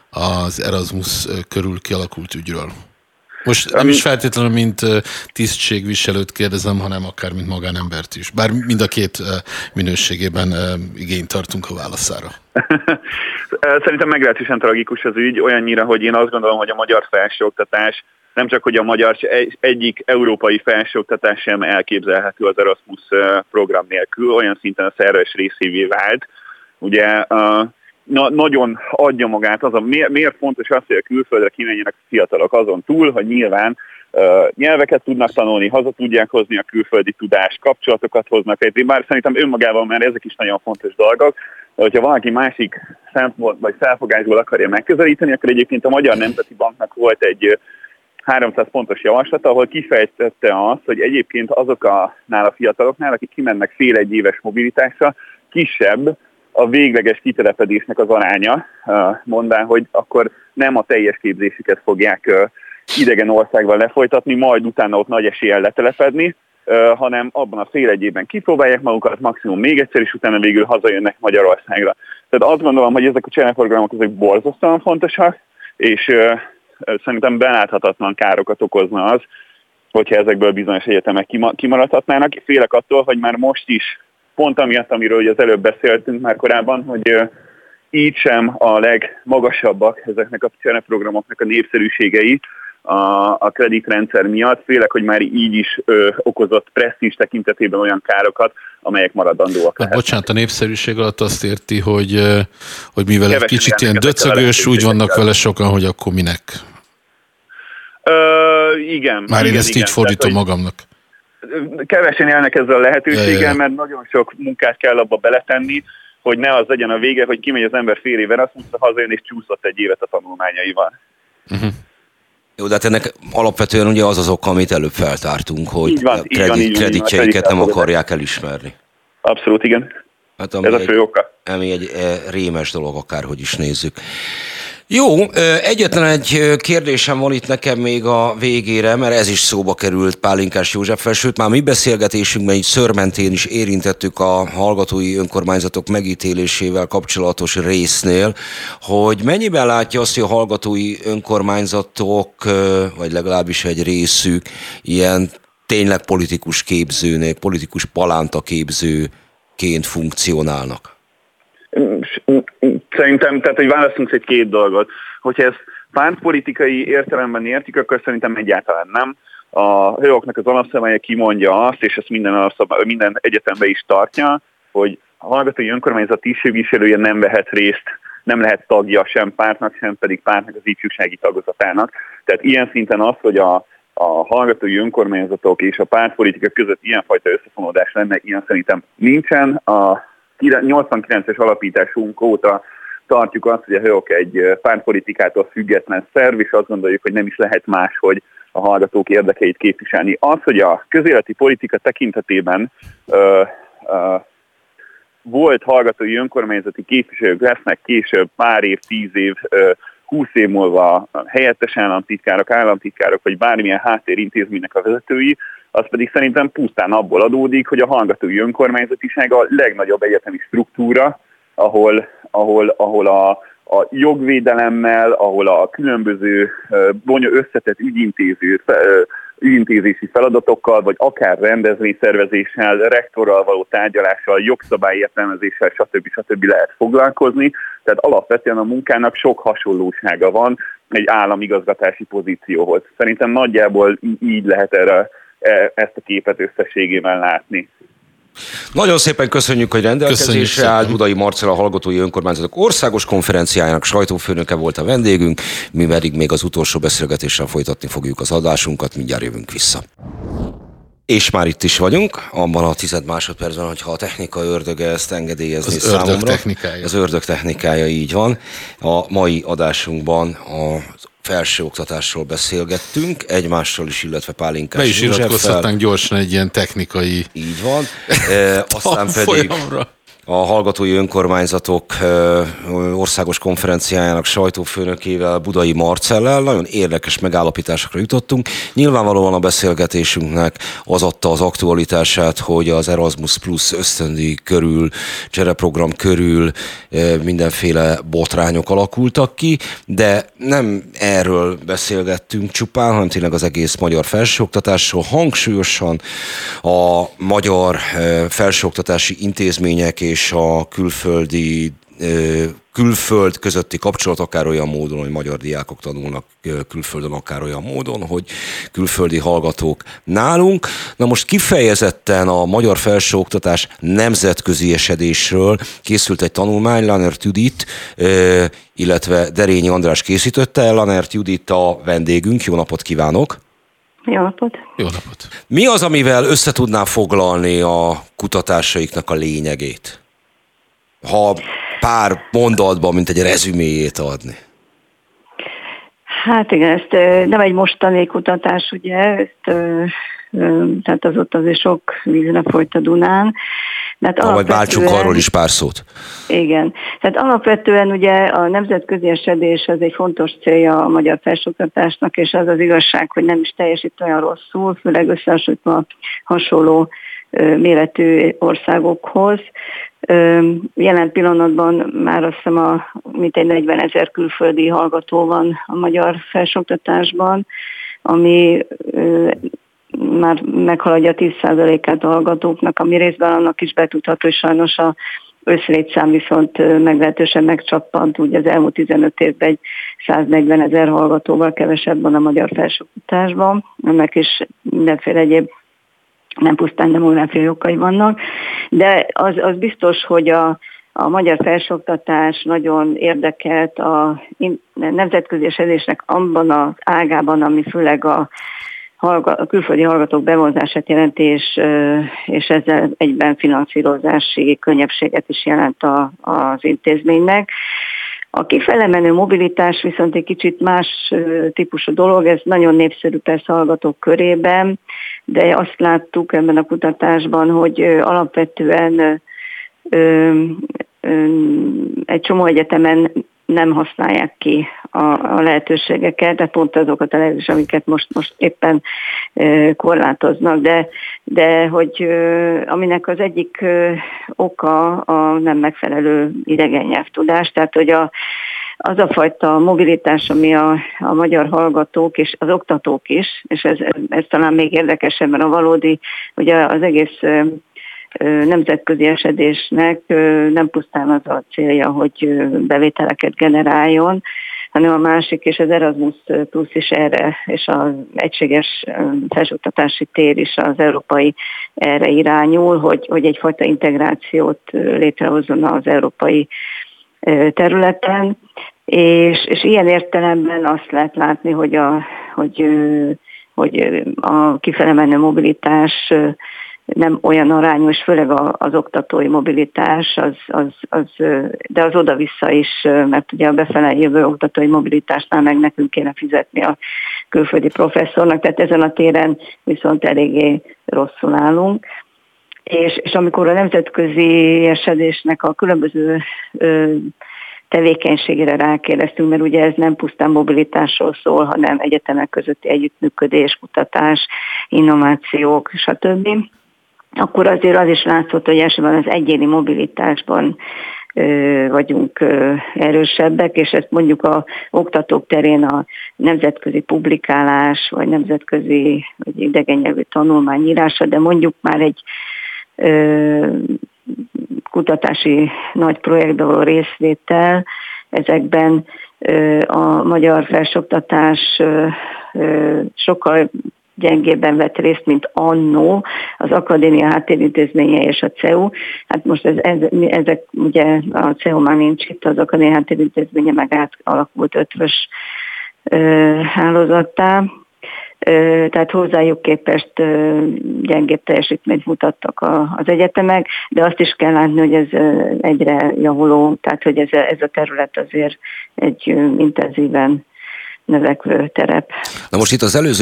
az Erasmus körül kialakult ügyről? Most nem is feltétlenül, mint tisztségviselőt kérdezem, hanem akár, mint magánembert is. Bár mind a két minőségében igényt tartunk a válaszára. Szerintem meglehetősen tragikus az ügy, olyannyira, hogy én azt gondolom, hogy a magyar felsőoktatás, nem csak, hogy a magyar egyik európai felsőoktatás sem elképzelhető az Erasmus program nélkül, olyan szinten a szerves részévé vált. Ugye nagyon adja magát az, miért fontos az, hogy a külföldre kimenjenek a fiatalok azon túl, hogy nyilván nyelveket tudnak tanulni, haza tudják hozni a külföldi tudást, kapcsolatokat hoznak. Bár szerintem önmagában már ezek is nagyon fontos dolgok, de hogyha valaki másik szempont vagy felfogásból akarja megközelíteni, akkor egyébként a Magyar Nemzeti Banknak volt egy 300 pontos javaslata, ahol kifejtette azt, hogy egyébként azoknál a fiataloknál, akik kimennek fél-egy éves mobilitásra, kisebb a végleges kitelepedésnek az aránya, mondván, hogy akkor nem a teljes képzésüket fogják idegen országban lefolytatni, majd utána ott nagy eséllyel letelepedni, hanem abban a fél-egy évben kipróbálják magukat, maximum még egyszer, és utána végül hazajönnek Magyarországra. Tehát azt gondolom, hogy ezek a csereprogramok ezek borzasztóan fontosak, és szerintem beláthatatlan károkat okozna az, hogyha ezekből bizonyos egyetemek kimaradhatnának. Félek attól, hogy már most is, pont amiatt, amiről ugye az előbb beszéltünk már korábban, hogy így sem a legmagasabbak ezeknek a csereprogramoknak a népszerűségei a kreditrendszer miatt. Félek, hogy már így is okozott presztízs tekintetében olyan károkat, amelyek maradandóak lehetnek. Bocsánat, a népszerűség alatt azt érti, hogy mivel egy kicsit ilyen döcögős, úgy vannak vele sokan, hogy akkor minek? Igen. Már én igen, ezt így fordítom magamnak. Kevesen élnek ezzel a lehetőséggel, mert nagyon sok munkát kell abba beletenni, hogy ne az legyen a vége, hogy kimegy az ember fél éven, azt mondta, hazajön és csúszott egy évet a tanulmányaival. Uh-huh. Jó, de hát ennek alapvetően ugye az oka, amit előbb feltártunk, hogy kreditjeiket nem akarják elismerni. Abszolút, igen. Hát, ez a fő oka. Ami egy rémes dolog, akárhogy is nézzük. Jó, egyetlen egy kérdésem van itt nekem még a végére, mert ez is szóba került Pálinkás Józseffel, sőt már mi beszélgetésünkben így szőrmentén is érintettük a hallgatói önkormányzatok megítélésével kapcsolatos résznél, hogy mennyiben látja azt, hogy a hallgatói önkormányzatok, vagy legalábbis egy részük ilyen tényleg politikus képzőnek, politikus palántaképzőként funkcionálnak? Szerintem, tehát hogy választunk egy két dolgot. Hogyha ezt pártpolitikai értelemben értik, akkor szerintem egyáltalán nem. A HÖOK-nak az alapszabálya kimondja azt, és ezt minden egyetemben is tartja, hogy a hallgatói önkormányzat tisztségviselője nem vehet részt, nem lehet tagja sem pártnak, sem pedig pártnak az ifjúsági tagozatának. Tehát ilyen szinten az, hogy a hallgatói önkormányzatok és a pártpolitika között ilyenfajta összefonódás lenne, ilyen szerintem nincsen. A 89-es alapításunk óta tartjuk azt, hogy a HÖOK egy pártpolitikától független szerv, és azt gondoljuk, hogy nem is lehet máshogy a hallgatók érdekeit képviselni. Az, hogy a közéleti politika tekintetében volt hallgatói önkormányzati képviselők lesznek később pár év, 10 év, 20 év múlva helyettes államtitkárok, vagy bármilyen háttérintézménynek a vezetői, az pedig szerintem pusztán abból adódik, hogy a hallgatói önkormányzatiság a legnagyobb egyetemi struktúra, ahol a jogvédelemmel, ahol a különböző összetett ügyintézési feladatokkal, vagy akár rendezvényszervezéssel, rektorral való tárgyalással, jogszabályértelmezéssel, stb. Lehet foglalkozni. Tehát alapvetően a munkának sok hasonlósága van egy államigazgatási pozícióhoz. Szerintem nagyjából így lehet ezt a képet összességében látni. Nagyon szépen köszönjük, hogy rendelkezésre áll. Budai Marcella, Hallgatói Önkormányzatok Országos Konferenciájának sajtófőnöke volt a vendégünk, mi pedig még az utolsó beszélgetéssel folytatni fogjuk az adásunkat, mindjárt jövünk vissza. És már itt is vagyunk, abban a 10 másodpercben, hogyha a technika ördöge ezt engedélyezni számomra. Az ördög technikája, így van. A mai adásunkban az felsőoktatásról beszélgettünk, egymással is, illetve Pálinkás Józseffel. Be is iratkozhatnánk gyorsan egy ilyen technikai... Így van. Aztán pedig a Hallgatói Önkormányzatok országos konferenciájának sajtófőnökével, Budai Marcellel. Nagyon érdekes megállapításokra jutottunk. Nyilvánvalóan a beszélgetésünknek az adta az aktualitását, hogy az Erasmus Plus ösztöndíj körül, csereprogram körül mindenféle botrányok alakultak ki, de nem erről beszélgettünk csupán, hanem tényleg az egész magyar felsőoktatásról, hangsúlyosan a magyar felsőoktatási intézmények és a külföld közötti kapcsolat, akár olyan módon, hogy magyar diákok tanulnak külföldön, akár olyan módon, hogy külföldi hallgatók nálunk. Na most kifejezetten a magyar felsőoktatás nemzetközi esedésről készült egy tanulmány, Lanert Judit, illetve Derényi András készítette el. Lanert Judit a vendégünk, jó napot kívánok! Jó napot! Jó napot! Mi az, amivel összetudná foglalni a kutatásaiknak a lényegét? Ha pár mondatban, mint egy rezüméjét adni. Hát igen, ezt nem egy mostani kutatás, ugye, tehát azóta azért sok vízre folyt a Dunán. Majd váltsunk arról is pár szót. Igen. Tehát alapvetően ugye a nemzetközi esedés az egy fontos célja a magyar felsőoktatásnak, és az az igazság, hogy nem is teljesít olyan rosszul, főleg összehasonlítva hasonló méretű országokhoz. Jelen pillanatban már azt hiszem mintegy 40 000 külföldi hallgató van a magyar felsőoktatásban, ami már meghaladja 10%-át a hallgatóknak, ami részben annak is betudható, hogy sajnos a összlétszám viszont meglehetősen megcsappant, úgy az elmúlt 15 évben egy 140 000 hallgatóval kevesebb van a magyar felsőoktatásban, ennek is mindenféle egyéb nem pusztán demográfiai okai vannak, de az biztos, hogy a magyar felsőoktatás nagyon érdekelt a nemzetközi esedésnek abban az ágában, ami főleg a külföldi hallgatók bevonzását jelenti, és ezzel egyben finanszírozási könnyebbséget is jelent az intézménynek. A kifele menő mobilitás viszont egy kicsit más típusú dolog, ez nagyon népszerű persze hallgatók körében, de azt láttuk ebben a kutatásban, hogy alapvetően egy csomó egyetemen nem használják ki a lehetőségeket, de pont azokat a lehetőségeket, amiket most éppen korlátoznak, de hogy aminek az egyik oka a nem megfelelő idegen nyelvtudás, tehát hogy az a fajta mobilitás, ami a magyar hallgatók és az oktatók is, és ez talán még érdekesebb, mert a valódi, ugye az egész nemzetközi esedésnek nem pusztán az a célja, hogy bevételeket generáljon, hanem a másik, és az Erasmus Plus is erre, és az egységes felsőoktatási tér is az európai erre irányul, hogy egyfajta integrációt létrehozzon az európai területen, és ilyen értelemben azt lehet látni, hogy a kifele menő mobilitás nem olyan arányos, főleg az oktatói mobilitás, de az oda-vissza is, mert ugye a befele jövő oktatói mobilitásnál meg nekünk kéne fizetni a külföldi professzornak, tehát ezen a téren viszont eléggé rosszul állunk. És amikor a nemzetközi esedésnek a különböző tevékenységére rákérdeztünk, mert ugye ez nem pusztán mobilitásról szól, hanem egyetemek közötti együttműködés, kutatás, innovációk, stb., akkor azért az is látszott, hogy elsőben az egyéni mobilitásban vagyunk erősebbek, és ezt mondjuk a oktatók terén a nemzetközi publikálás, vagy nemzetközi vagy idegen nyelvű tanulmányírása, de mondjuk már egy kutatási nagy projektbe való részvétel, ezekben a magyar felsőoktatás sokkal gyengébben vett részt, mint annó az Akadémia Háttérintézménye és a CEU. Hát most ezek ugye a CEU már nincs itt, az Akadémia Háttérintézménye meg átalakult ötvös hálózattá. Tehát hozzájuk képest gyengébb teljesítményt mutattak az egyetemek, de azt is kell látni, hogy ez egyre javuló, tehát hogy ez a terület azért egy intenzíven növekvő terep. Na most itt az előző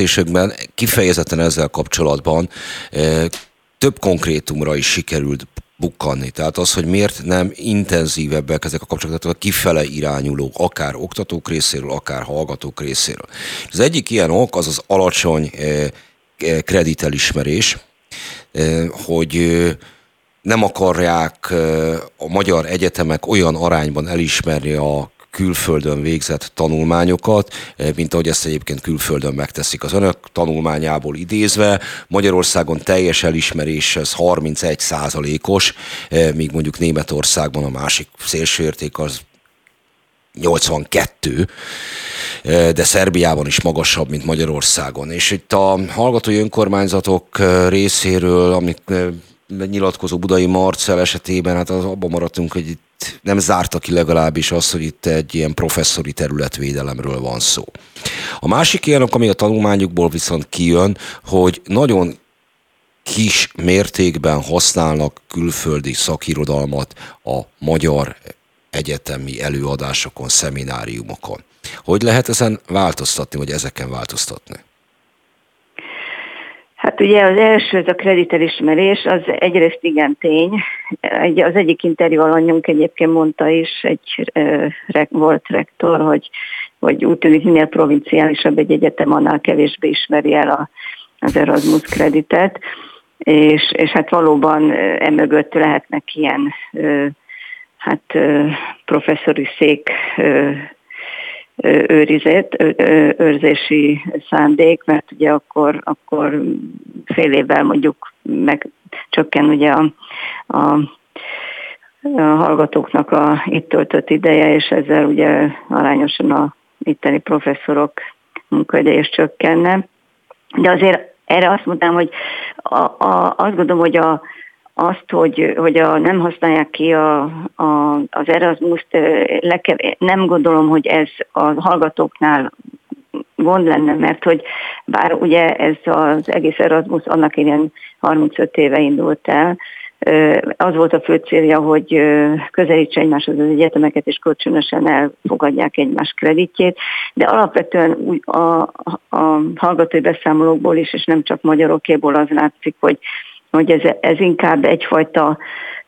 beszélgetésekben kifejezetten ezzel kapcsolatban több konkrétumra is sikerült bukkanni. Tehát az, hogy miért nem intenzívebbek ezek a kapcsolatok, a kifele irányuló, akár oktatók részéről, akár hallgatók részéről. Az egyik ilyen ok az az alacsony kreditelismerés, hogy nem akarják a magyar egyetemek olyan arányban elismerni a külföldön végzett tanulmányokat, mint ahogy ezt egyébként külföldön megteszik. Az önök tanulmányából idézve Magyarországon teljes elismerés az 31%-os, míg mondjuk Németországban a másik szélsőérték az 82, de Szerbiában is magasabb, mint Magyarországon. És itt a hallgatói önkormányzatok részéről, amik nyilatkozó Budai Marcell esetében, hát abban maradtunk, hogy itt nem zárta ki legalábbis azt, hogy itt egy ilyen professzori területvédelemről van szó. A másik ilyen, ami a tanulmányukból viszont kijön, hogy nagyon kis mértékben használnak külföldi szakirodalmat a magyar egyetemi előadásokon, szemináriumokon. Hogy lehet ezen változtatni, vagy ezeken változtatni? Hát ugye az első, ez a kreditelismerés, az egyrészt igen tény. Az egyik interjú alanyunk egyébként mondta is, egy volt rektor, hogy úgy tűnik, minél provinciálisabb egy egyetem, annál kevésbé ismeri el az Erasmus kreditet, és hát valóban emögött lehetnek ilyen professzori szék őrzési szándék, mert ugye akkor fél évvel mondjuk megcsökken ugye a hallgatóknak a itt töltött ideje, és ezzel ugye arányosan a itteni professzorok munkaideje is csökkenne. De azért erre azt mondtam, hogy azt gondolom, hogy hogy nem használják ki az Erasmus-t, nem gondolom, hogy ez a hallgatóknál gond lenne, mert hogy bár ugye ez az egész Erasmus annak ilyen 35 éve indult el, az volt a fő célja, hogy közelítse egymáshoz az egyetemeket, és kölcsönösen elfogadják egymás kreditjét, de alapvetően a hallgatói beszámolókból is, és nem csak magyarokéból az látszik, hogy ez inkább egyfajta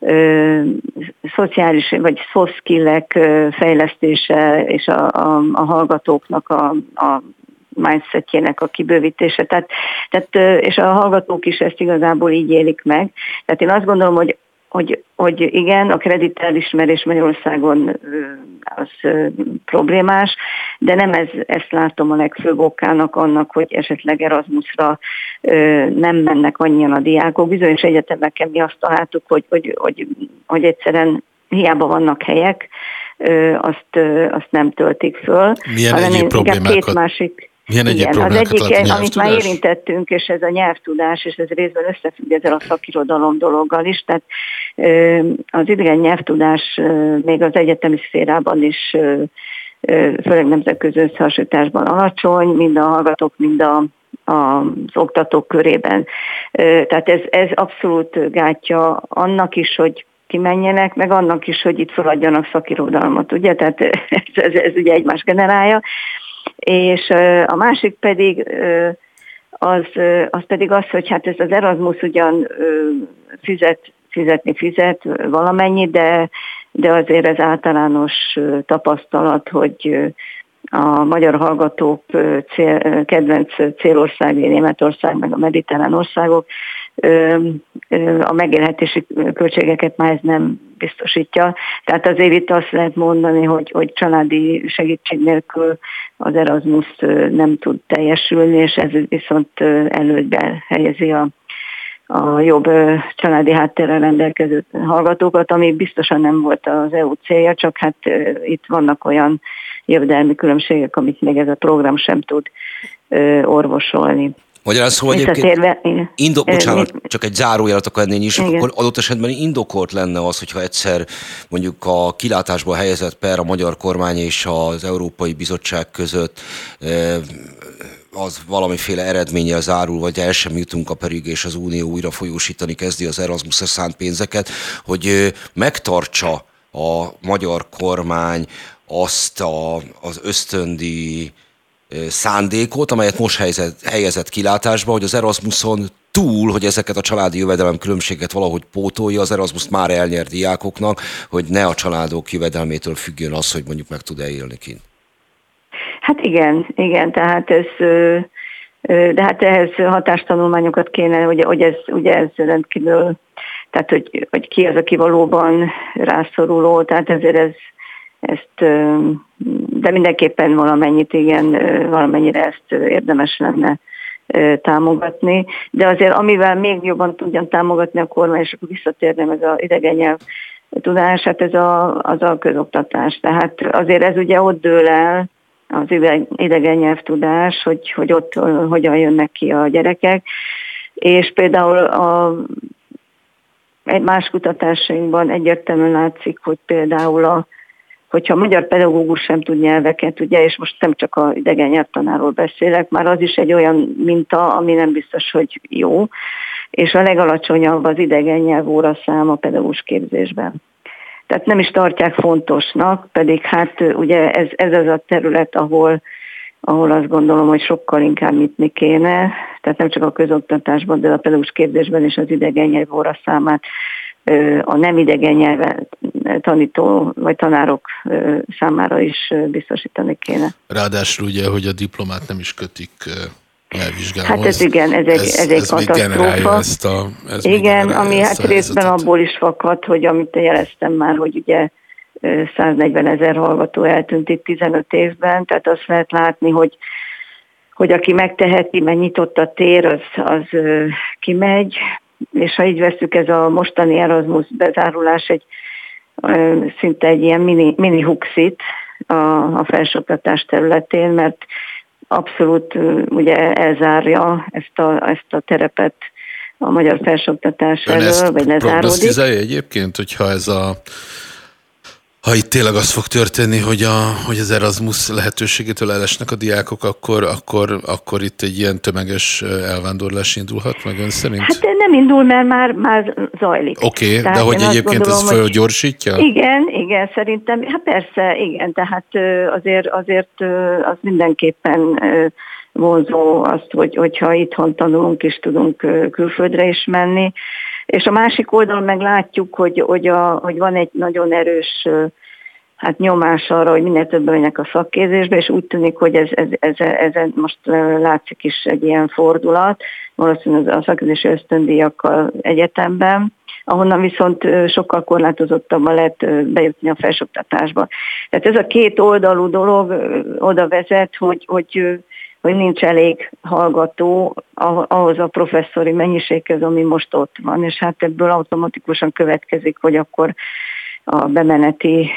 szociális vagy soft skill-ek fejlesztése, és a hallgatóknak a mindsetjének a kibővítése. Tehát, és a hallgatók is ezt igazából így élik meg. Tehát én azt gondolom, hogy igen, a kreditelismerés Magyarországon az problémás, de nem ezt látom a legfőbb okának annak, hogy esetleg Erasmusra nem mennek annyian a diákok. Bizonyos egyetemeken mi azt találtuk, hogy egyszerűen hiába vannak helyek, azt nem töltik föl. Milyen egyéb problémákat? Igen, az egyik, amit már érintettünk, és ez a nyelvtudás, és ez részben összefügg ezzel a szakirodalom dologgal is, tehát az idegen nyelvtudás még az egyetemi szférában is, főleg nemzetközi összehasonlításban alacsony, mind a hallgatók, mind az oktatók körében. Tehát ez abszolút gátja annak is, hogy kimenjenek, meg annak is, hogy itt feladjanak szakirodalmat, ugye? Tehát ez ugye egymást generálja. És a másik pedig az pedig az, hogy hát ez az Erasmus ugyan fizetni valamennyi, de azért ez általános tapasztalat, hogy a magyar hallgatók kedvenc célországai, Németország, meg a mediterrán országok, a megélhetési költségeket már ez nem biztosítja. Tehát azért itt azt lehet mondani, hogy családi segítség nélkül az Erasmus nem tud teljesülni, és ez viszont előnybe helyezi a jobb családi háttérrel rendelkező hallgatókat, ami biztosan nem volt az EU célja, csak hát itt vannak olyan jövedelmi különbségek, amit még ez a program sem tud orvosolni. Magyarán szóval egyébként bocsánat, csak egy zárójelet akar lenni is, akkor adott esetben indokolt lenne az, hogyha egyszer mondjuk a kilátásba helyezett per a magyar kormány és az Európai Bizottság között az valamiféle eredménnyel zárul, vagy el sem jutunk a perig, és az Unió újra folyósítani kezdi az Erasmusra szánt pénzeket, hogy megtartsa a magyar kormány azt az ösztöndíj szándékot, amelyet most helyezett kilátásba, hogy az Erasmuson túl, hogy ezeket a családi jövedelem különbséget valahogy pótolja, az Erasmus már elnyert diákoknak, hogy ne a családok jövedelmétől függjön az, hogy mondjuk meg tud-e élni kint. Hát igen, tehát de hát ehhez hatástanulmányokat kéne, hogy ez rendkívül, tehát hogy ki az, aki valóban rászoruló, tehát ezért de mindenképpen valamennyire ezt érdemes lenne támogatni, de azért amivel még jobban tudjan támogatni a kormány, és akkor visszatérnem ez az idegen nyelv tudás, hát az a közoktatás. Tehát azért ez ugye ott dől el, az idegen nyelvtudás, hogy ott hogyan jönnek ki a gyerekek, és például egy más kutatásainkban egyértelműen látszik, hogy például hogyha a magyar pedagógus sem tud nyelveket, ugye, és most nem csak az idegen nyelvtanáról beszélek, már az is egy olyan minta, ami nem biztos, hogy jó, és a legalacsonyabb az idegen nyelvóra szám a pedagógus képzésben. Tehát nem is tartják fontosnak, pedig hát ugye ez az a terület, ahol azt gondolom, hogy sokkal inkább nyitni kéne, tehát nem csak a közoktatásban, de a pedagógus képzésben is az idegen nyelvóra számát a nem idegen nyelven tanító vagy tanárok számára is biztosítani kéne. Ráadásul ugye, hogy a diplomát nem is kötik nyelvvizsgához. Hát ez igen, ez egy katasztrófa. Igen, ami hát részben abból is fakad, hogy amit jeleztem már, hogy ugye 140 000 hallgató eltűnt itt 15 évben, tehát azt lehet látni, hogy aki megteheti, mert nyitott a tér, az kimegy, és ha így veszük, ez a mostani Erasmus bezárulás szinte egy ilyen mini huxit a felsőoktatás területén, mert abszolút ugye elzárja ezt a terepet a magyar felsőoktatás elől, vagy lezáródik. Prognosztizálja egyébként, hogyha ha itt tényleg az fog történni, hogy az Erasmus lehetőségétől elesnek a diákok, akkor itt egy ilyen tömeges elvándorlás indulhat meg ön szerint? Hát nem indul, mert már zajlik. Oké, de hogy egyébként gondolom, ez fölgyorsítja? Igen, szerintem, hát persze, igen, tehát azért az mindenképpen vonzó azt, hogyha itthon tanulunk és tudunk külföldre is menni. És a másik oldalon meg látjuk, hogy van egy nagyon erős nyomás arra, hogy minél többen menjenek a szakképzésbe, és úgy tűnik, hogy ez most látszik is egy ilyen fordulat, valószínűleg a szakképzési ösztöndíjakkal egyetemben, ahonnan viszont sokkal korlátozottabban lehet bejutni a felsőoktatásba. Tehát ez a két oldalú dolog oda vezet, hogy nincs elég hallgató ahhoz a professzori mennyiséghez, ami most ott van, és hát ebből automatikusan következik, hogy akkor a bemeneti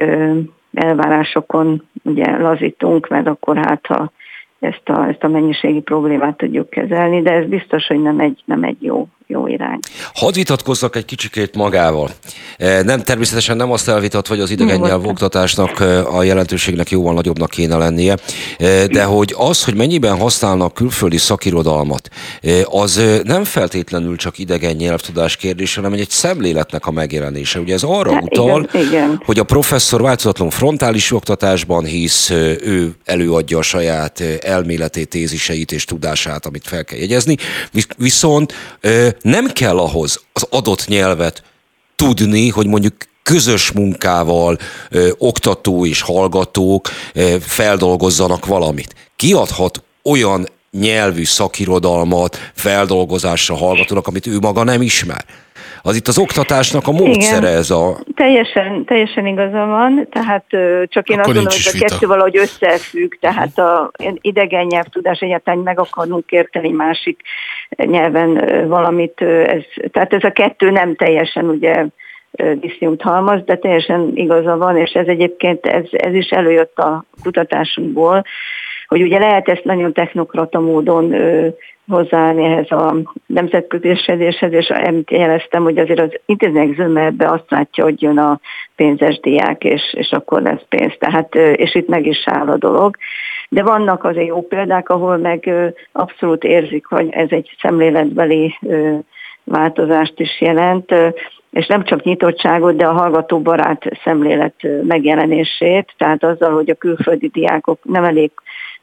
elvárásokon ugye lazítunk, mert akkor hát ha ezt a mennyiségi problémát tudjuk kezelni, de ez biztos, hogy nem egy jó irány. Hadd vitatkozzak egy kicsikét magával. Természetesen nem azt elvitatva, hogy az idegen nyelvoktatásnak a jelentőségnek jóval nagyobbnak kéne lennie, de hogy mennyiben használnak külföldi szakirodalmat, az nem feltétlenül csak idegen nyelvtudás kérdése, hanem egy szemléletnek a megjelenése. Ugye ez arra utal, igen. hogy a professzor változatlanul frontális oktatásban hisz, ő előadja a saját elméletét, téziseit és tudását, amit fel kell jegyezni, viszont nem kell ahhoz az adott nyelvet tudni, hogy mondjuk közös munkával oktató és hallgatók feldolgozzanak valamit. Kiadhat olyan nyelvű szakirodalmat feldolgozásra hallgatónak, amit ő maga nem ismer. Az itt az oktatásnak a módszere. Igen, ez a... Teljesen igaza van, tehát csak én azt gondolom, hogy a kettő valahogy összefügg, tehát a idegen nyelvtudás egyáltalán meg akarunk érteni másik nyelven valamit, tehát ez a kettő nem teljesen ugye diszjunkt halmaz, de teljesen igaza van, és ez egyébként ez is előjött a kutatásunkból, hogy ugye lehet ezt nagyon technokrata módon hozzáállni ehhez a nemzetközieskedéshez, és jeleztem, hogy azért az intézmények zömebe azt látja, hogy jön a pénzes diák, és akkor lesz pénz. Tehát, és itt meg is áll a dolog. De vannak azért jó példák, ahol meg abszolút érzik, hogy ez egy szemléletbeli változást is jelent, és nem csak nyitottságot, de a hallgatóbarát szemlélet megjelenését, tehát azzal, hogy a külföldi diákok nem elég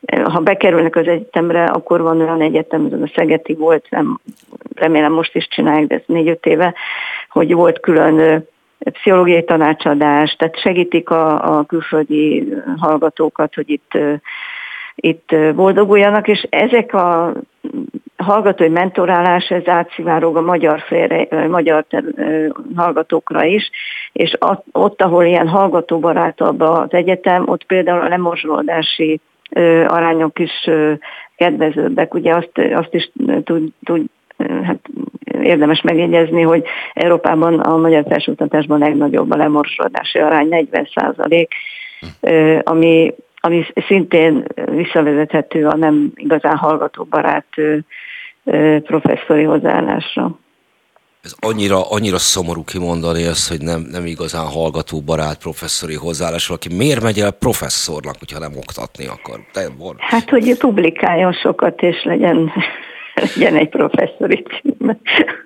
ha bekerülnek az egyetemre, akkor van olyan egyetem, a Szegedi volt, nem, remélem most is csinálják, de ez 4-5 éve, hogy volt külön pszichológiai tanácsadás, tehát segítik a külföldi hallgatókat, hogy itt boldoguljanak, és ezek a hallgatói mentorálás, ez átszivárog a magyar hallgatókra is, és ott, ahol ilyen hallgatóbarátabb az egyetem, ott például a lemorzsolódási arányok is kedvezőbbek. Ugye azt is hát érdemes megjegyezni, hogy Európában a magyar felsőoktatásban legnagyobb a lemorzsolódási arány, 40%, ami szintén visszavezethető a nem igazán hallgatóbarát professzori hozzáállásra. Ez annyira szomorú kimondani ezt, hogy nem igazán hallgatóbarát professzori hozzáállásra, aki miért megy el professzornak, hogyha nem oktatni akar? Hát, hogy publikáljon sokat, és legyen egy professzori cím.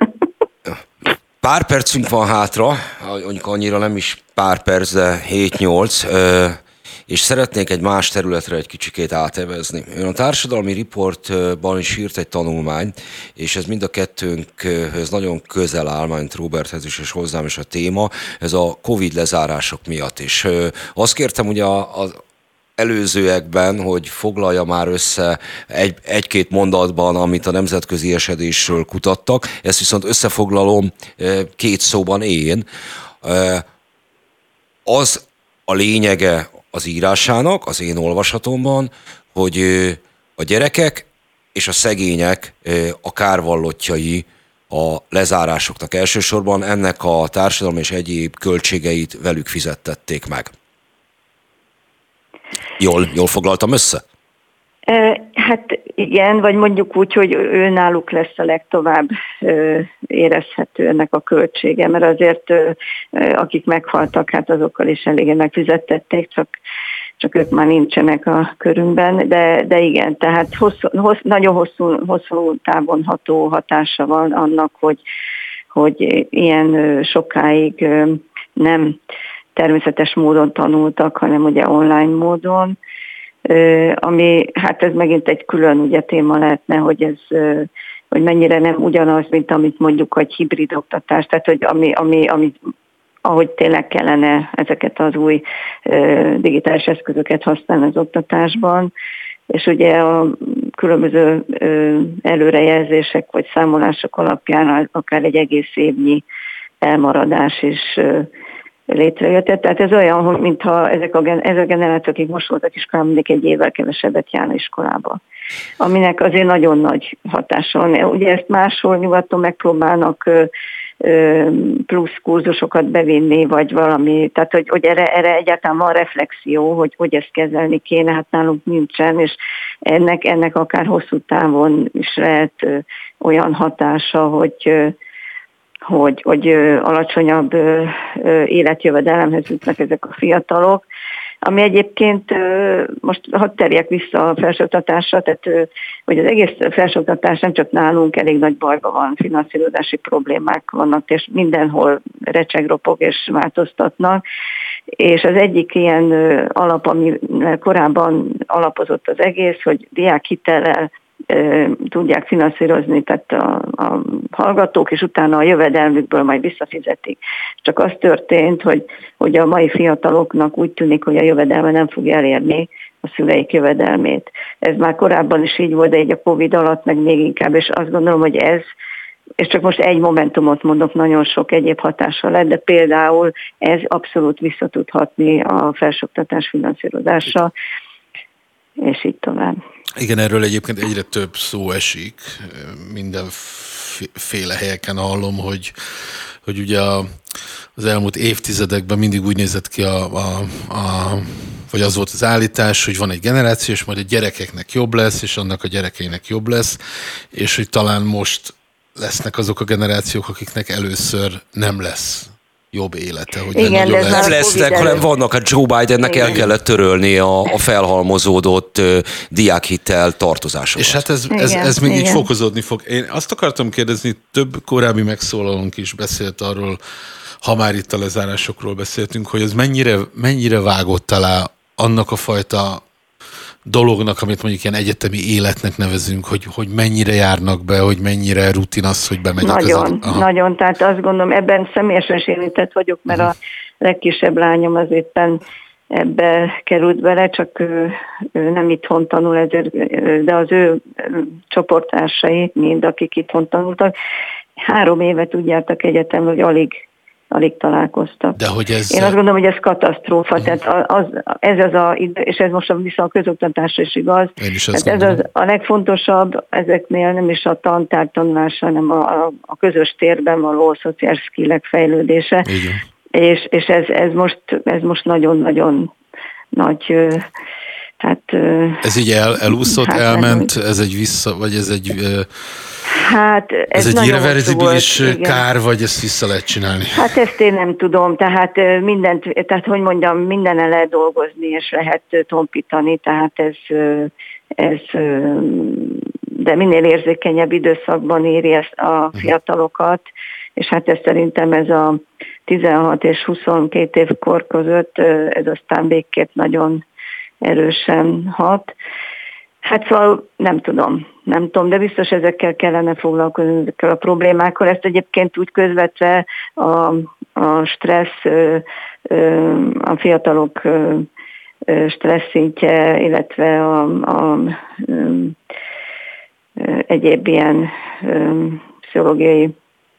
Pár percünk van hátra, mondjuk annyira nem is pár perc, de 7-8, és szeretnék egy más területre egy kicsikét átevezni. Ön a Társadalmi Riportban is írt egy tanulmányt, és ez mind a kettőnkhöz nagyon közel áll, mint Roberthez is, és hozzám is a téma, ez a Covid lezárások miatt is. Azt kértem ugye az előzőekben, hogy foglalja már össze egy-két mondatban, amit a nemzetközi esedésről kutattak, ezt viszont összefoglalom 2 szóban én. Az a lényege az írásának, az én olvasatomban, hogy a gyerekek és a szegények a kárvallottjai a lezárásoknak. Elsősorban ennek a társadalmi és egyéb költségeit velük fizettették meg. Jól foglaltam össze? Hát igen, vagy mondjuk úgy, hogy ő náluk lesz a legtovább érezhető ennek a költsége, mert azért akik meghaltak, hát azokkal is eléggé megfizettették, csak ők már nincsenek a körünkben, de igen, tehát nagyon hosszú távon ható hatása van annak, hogy ilyen sokáig nem természetes módon tanultak, hanem ugye online módon, ami, hát ez megint egy külön ugye téma lehetne, hogy mennyire nem ugyanaz, mint amit mondjuk egy hibrid oktatás, tehát hogy ami ahogy tényleg kellene ezeket az új digitális eszközöket használni az oktatásban, és ugye a különböző előrejelzések vagy számolások alapján akár egy egész évnyi elmaradás is létrejött. Tehát ez olyan, hogy mintha ezek a generációk, akik most voltak iskolában, mindig egy évvel kevesebbet járna iskolába. Aminek azért nagyon nagy hatása van. Ugye ezt máshol nyugaton megpróbálnak plusz kurzusokat bevinni, vagy valami, tehát hogy erre egyáltalán van reflexió, hogy ezt kezelni kéne, hát nálunk nincsen, és ennek akár hosszú távon is lehet olyan hatása, hogy alacsonyabb életjövedelemhez jutnak ezek a fiatalok, ami egyébként most hadd terjek vissza a felsőoktatásra, tehát hogy az egész felsőoktatás nem csak nálunk elég nagy bajban van, finanszírozási problémák vannak, és mindenhol recsegropog és változtatnak, és az egyik ilyen alap, ami korábban alapozott az egész, hogy diákhitellel tudják finanszírozni, tehát a hallgatók, és utána a jövedelmükből majd visszafizetik. Csak az történt, hogy a mai fiataloknak úgy tűnik, hogy a jövedelme nem fog elérni a szüleik jövedelmét. Ez már korábban is így volt, de így a Covid alatt meg még inkább, és azt gondolom, hogy ez, és csak most egy momentumot mondok, nagyon sok egyéb hatása lett, de például ez abszolút vissza tud hatni a felsőoktatás finanszírozása, és így tovább. Igen, erről egyébként egyre több szó esik, mindenféle helyeken hallom, hogy ugye az elmúlt évtizedekben mindig úgy nézett ki vagy az volt az állítás, hogy van egy generáció, és majd a gyerekeknek jobb lesz, és annak a gyerekeinek jobb lesz, és hogy talán most lesznek azok a generációk, akiknek először nem lesz jobb élete. Hogy igen, nem lesznek, hanem vannak, a Joe Bidennek el kellett törölni a felhalmozódott diákhittel tartozásokat. És hát ez még így fokozódni fog. Én azt akartam kérdezni, több korábbi megszólalónk is beszélt arról, ha már itt a lezárásokról beszéltünk, hogy ez mennyire vágott alá annak a fajta dolognak, amit mondjuk ilyen egyetemi életnek nevezünk, hogy mennyire járnak be, hogy mennyire rutin az, hogy bemegyek. Nagyon, tehát azt gondolom, ebben személyesen érintett vagyok, mert a legkisebb lányom az éppen ebbe került bele, csak ő nem itthon tanul, ezért, de az ő csoporttársai, mind akik itthon tanultak, 3 évet úgy jártak egyetemre, hogy alig találkoztak. De hogy ez... Én azt gondolom, hogy ez katasztrófa, tehát ez az és ez most viszont a közoktatásra is igaz. Tehát ez a legfontosabb ezeknél nem is a tantárgy tanulása, hanem a közös térben való szociális skillek fejlődése. És ez most nagyon-nagyon nagy... Tehát, ez így elúszott, elment, ez egy vissza, vagy ez egy... Hát ez egy irreversibilis kár, vagy ezt vissza lehet csinálni? Hát ezt én nem tudom, tehát hogy mondjam, mindenen lehet dolgozni, és lehet tompítani, tehát ez de minél érzékenyebb időszakban éri ezt a fiatalokat, és hát ez szerintem ez a 16 és 22 év kor között, ez aztán végképp nagyon erősen hat. Hát szóval nem tudom, de biztos ezekkel kellene foglalkozni, ezekkel a problémákkal. Ezt egyébként úgy közvetve a stressz, a fiatalok stressz szintje, illetve a egyéb ilyen pszichológiai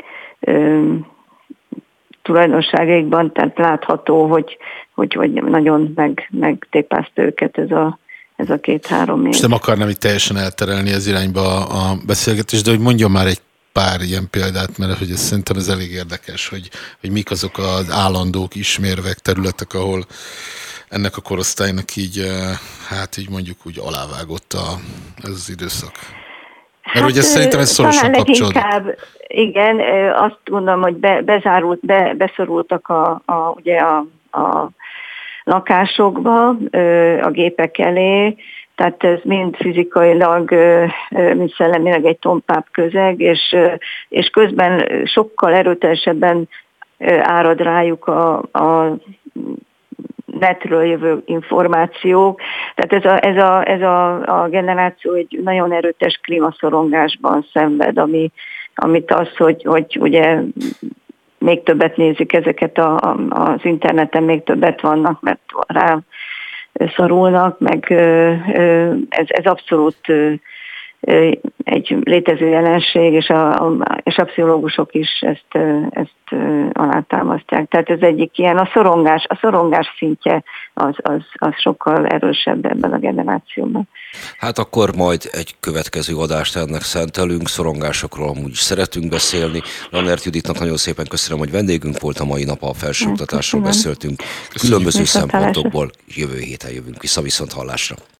tulajdonságaikban, tehát látható, hogy nagyon megtépázta őket ez a 2-3 év. És nem akarnám itt teljesen elterelni az irányba a beszélgetést, de hogy mondjon már egy pár ilyen példát, mert hogy szerintem ez elég érdekes, hogy mik azok az állandók, ismérvek, területek, ahol ennek a korosztálynak így, hát így mondjuk úgy alávágott ez az időszak. Mert ugye szerintem ez szorosan kapcsolódik. Igen, azt gondolom, hogy beszorultak ugye a lakásokba, a gépek elé, tehát ez mind fizikailag, mind szellemileg egy tompább közeg, és közben sokkal erőteljesebben árad rájuk a netről jövő információk. Tehát ez a generáció egy nagyon erőtes klímaszorongásban szenved, amit az, hogy ugye még többet nézik ezeket az interneten, még többet vannak, mert rá szorulnak, meg ez abszolút egy létező jelenség, és a pszichológusok is ezt alátámasztják. Tehát ez egyik ilyen, a szorongás szintje az sokkal erősebb ebben a generációban. Hát akkor majd egy következő adást ennek szentelünk, szorongásokról amúgy is szeretünk beszélni. Lannert Juditnak nagyon szépen köszönöm, hogy vendégünk volt a mai nap, a felsőoktatásról beszéltünk. Különböző szempontokból jövő héten jövünk vissza, viszont hallásra.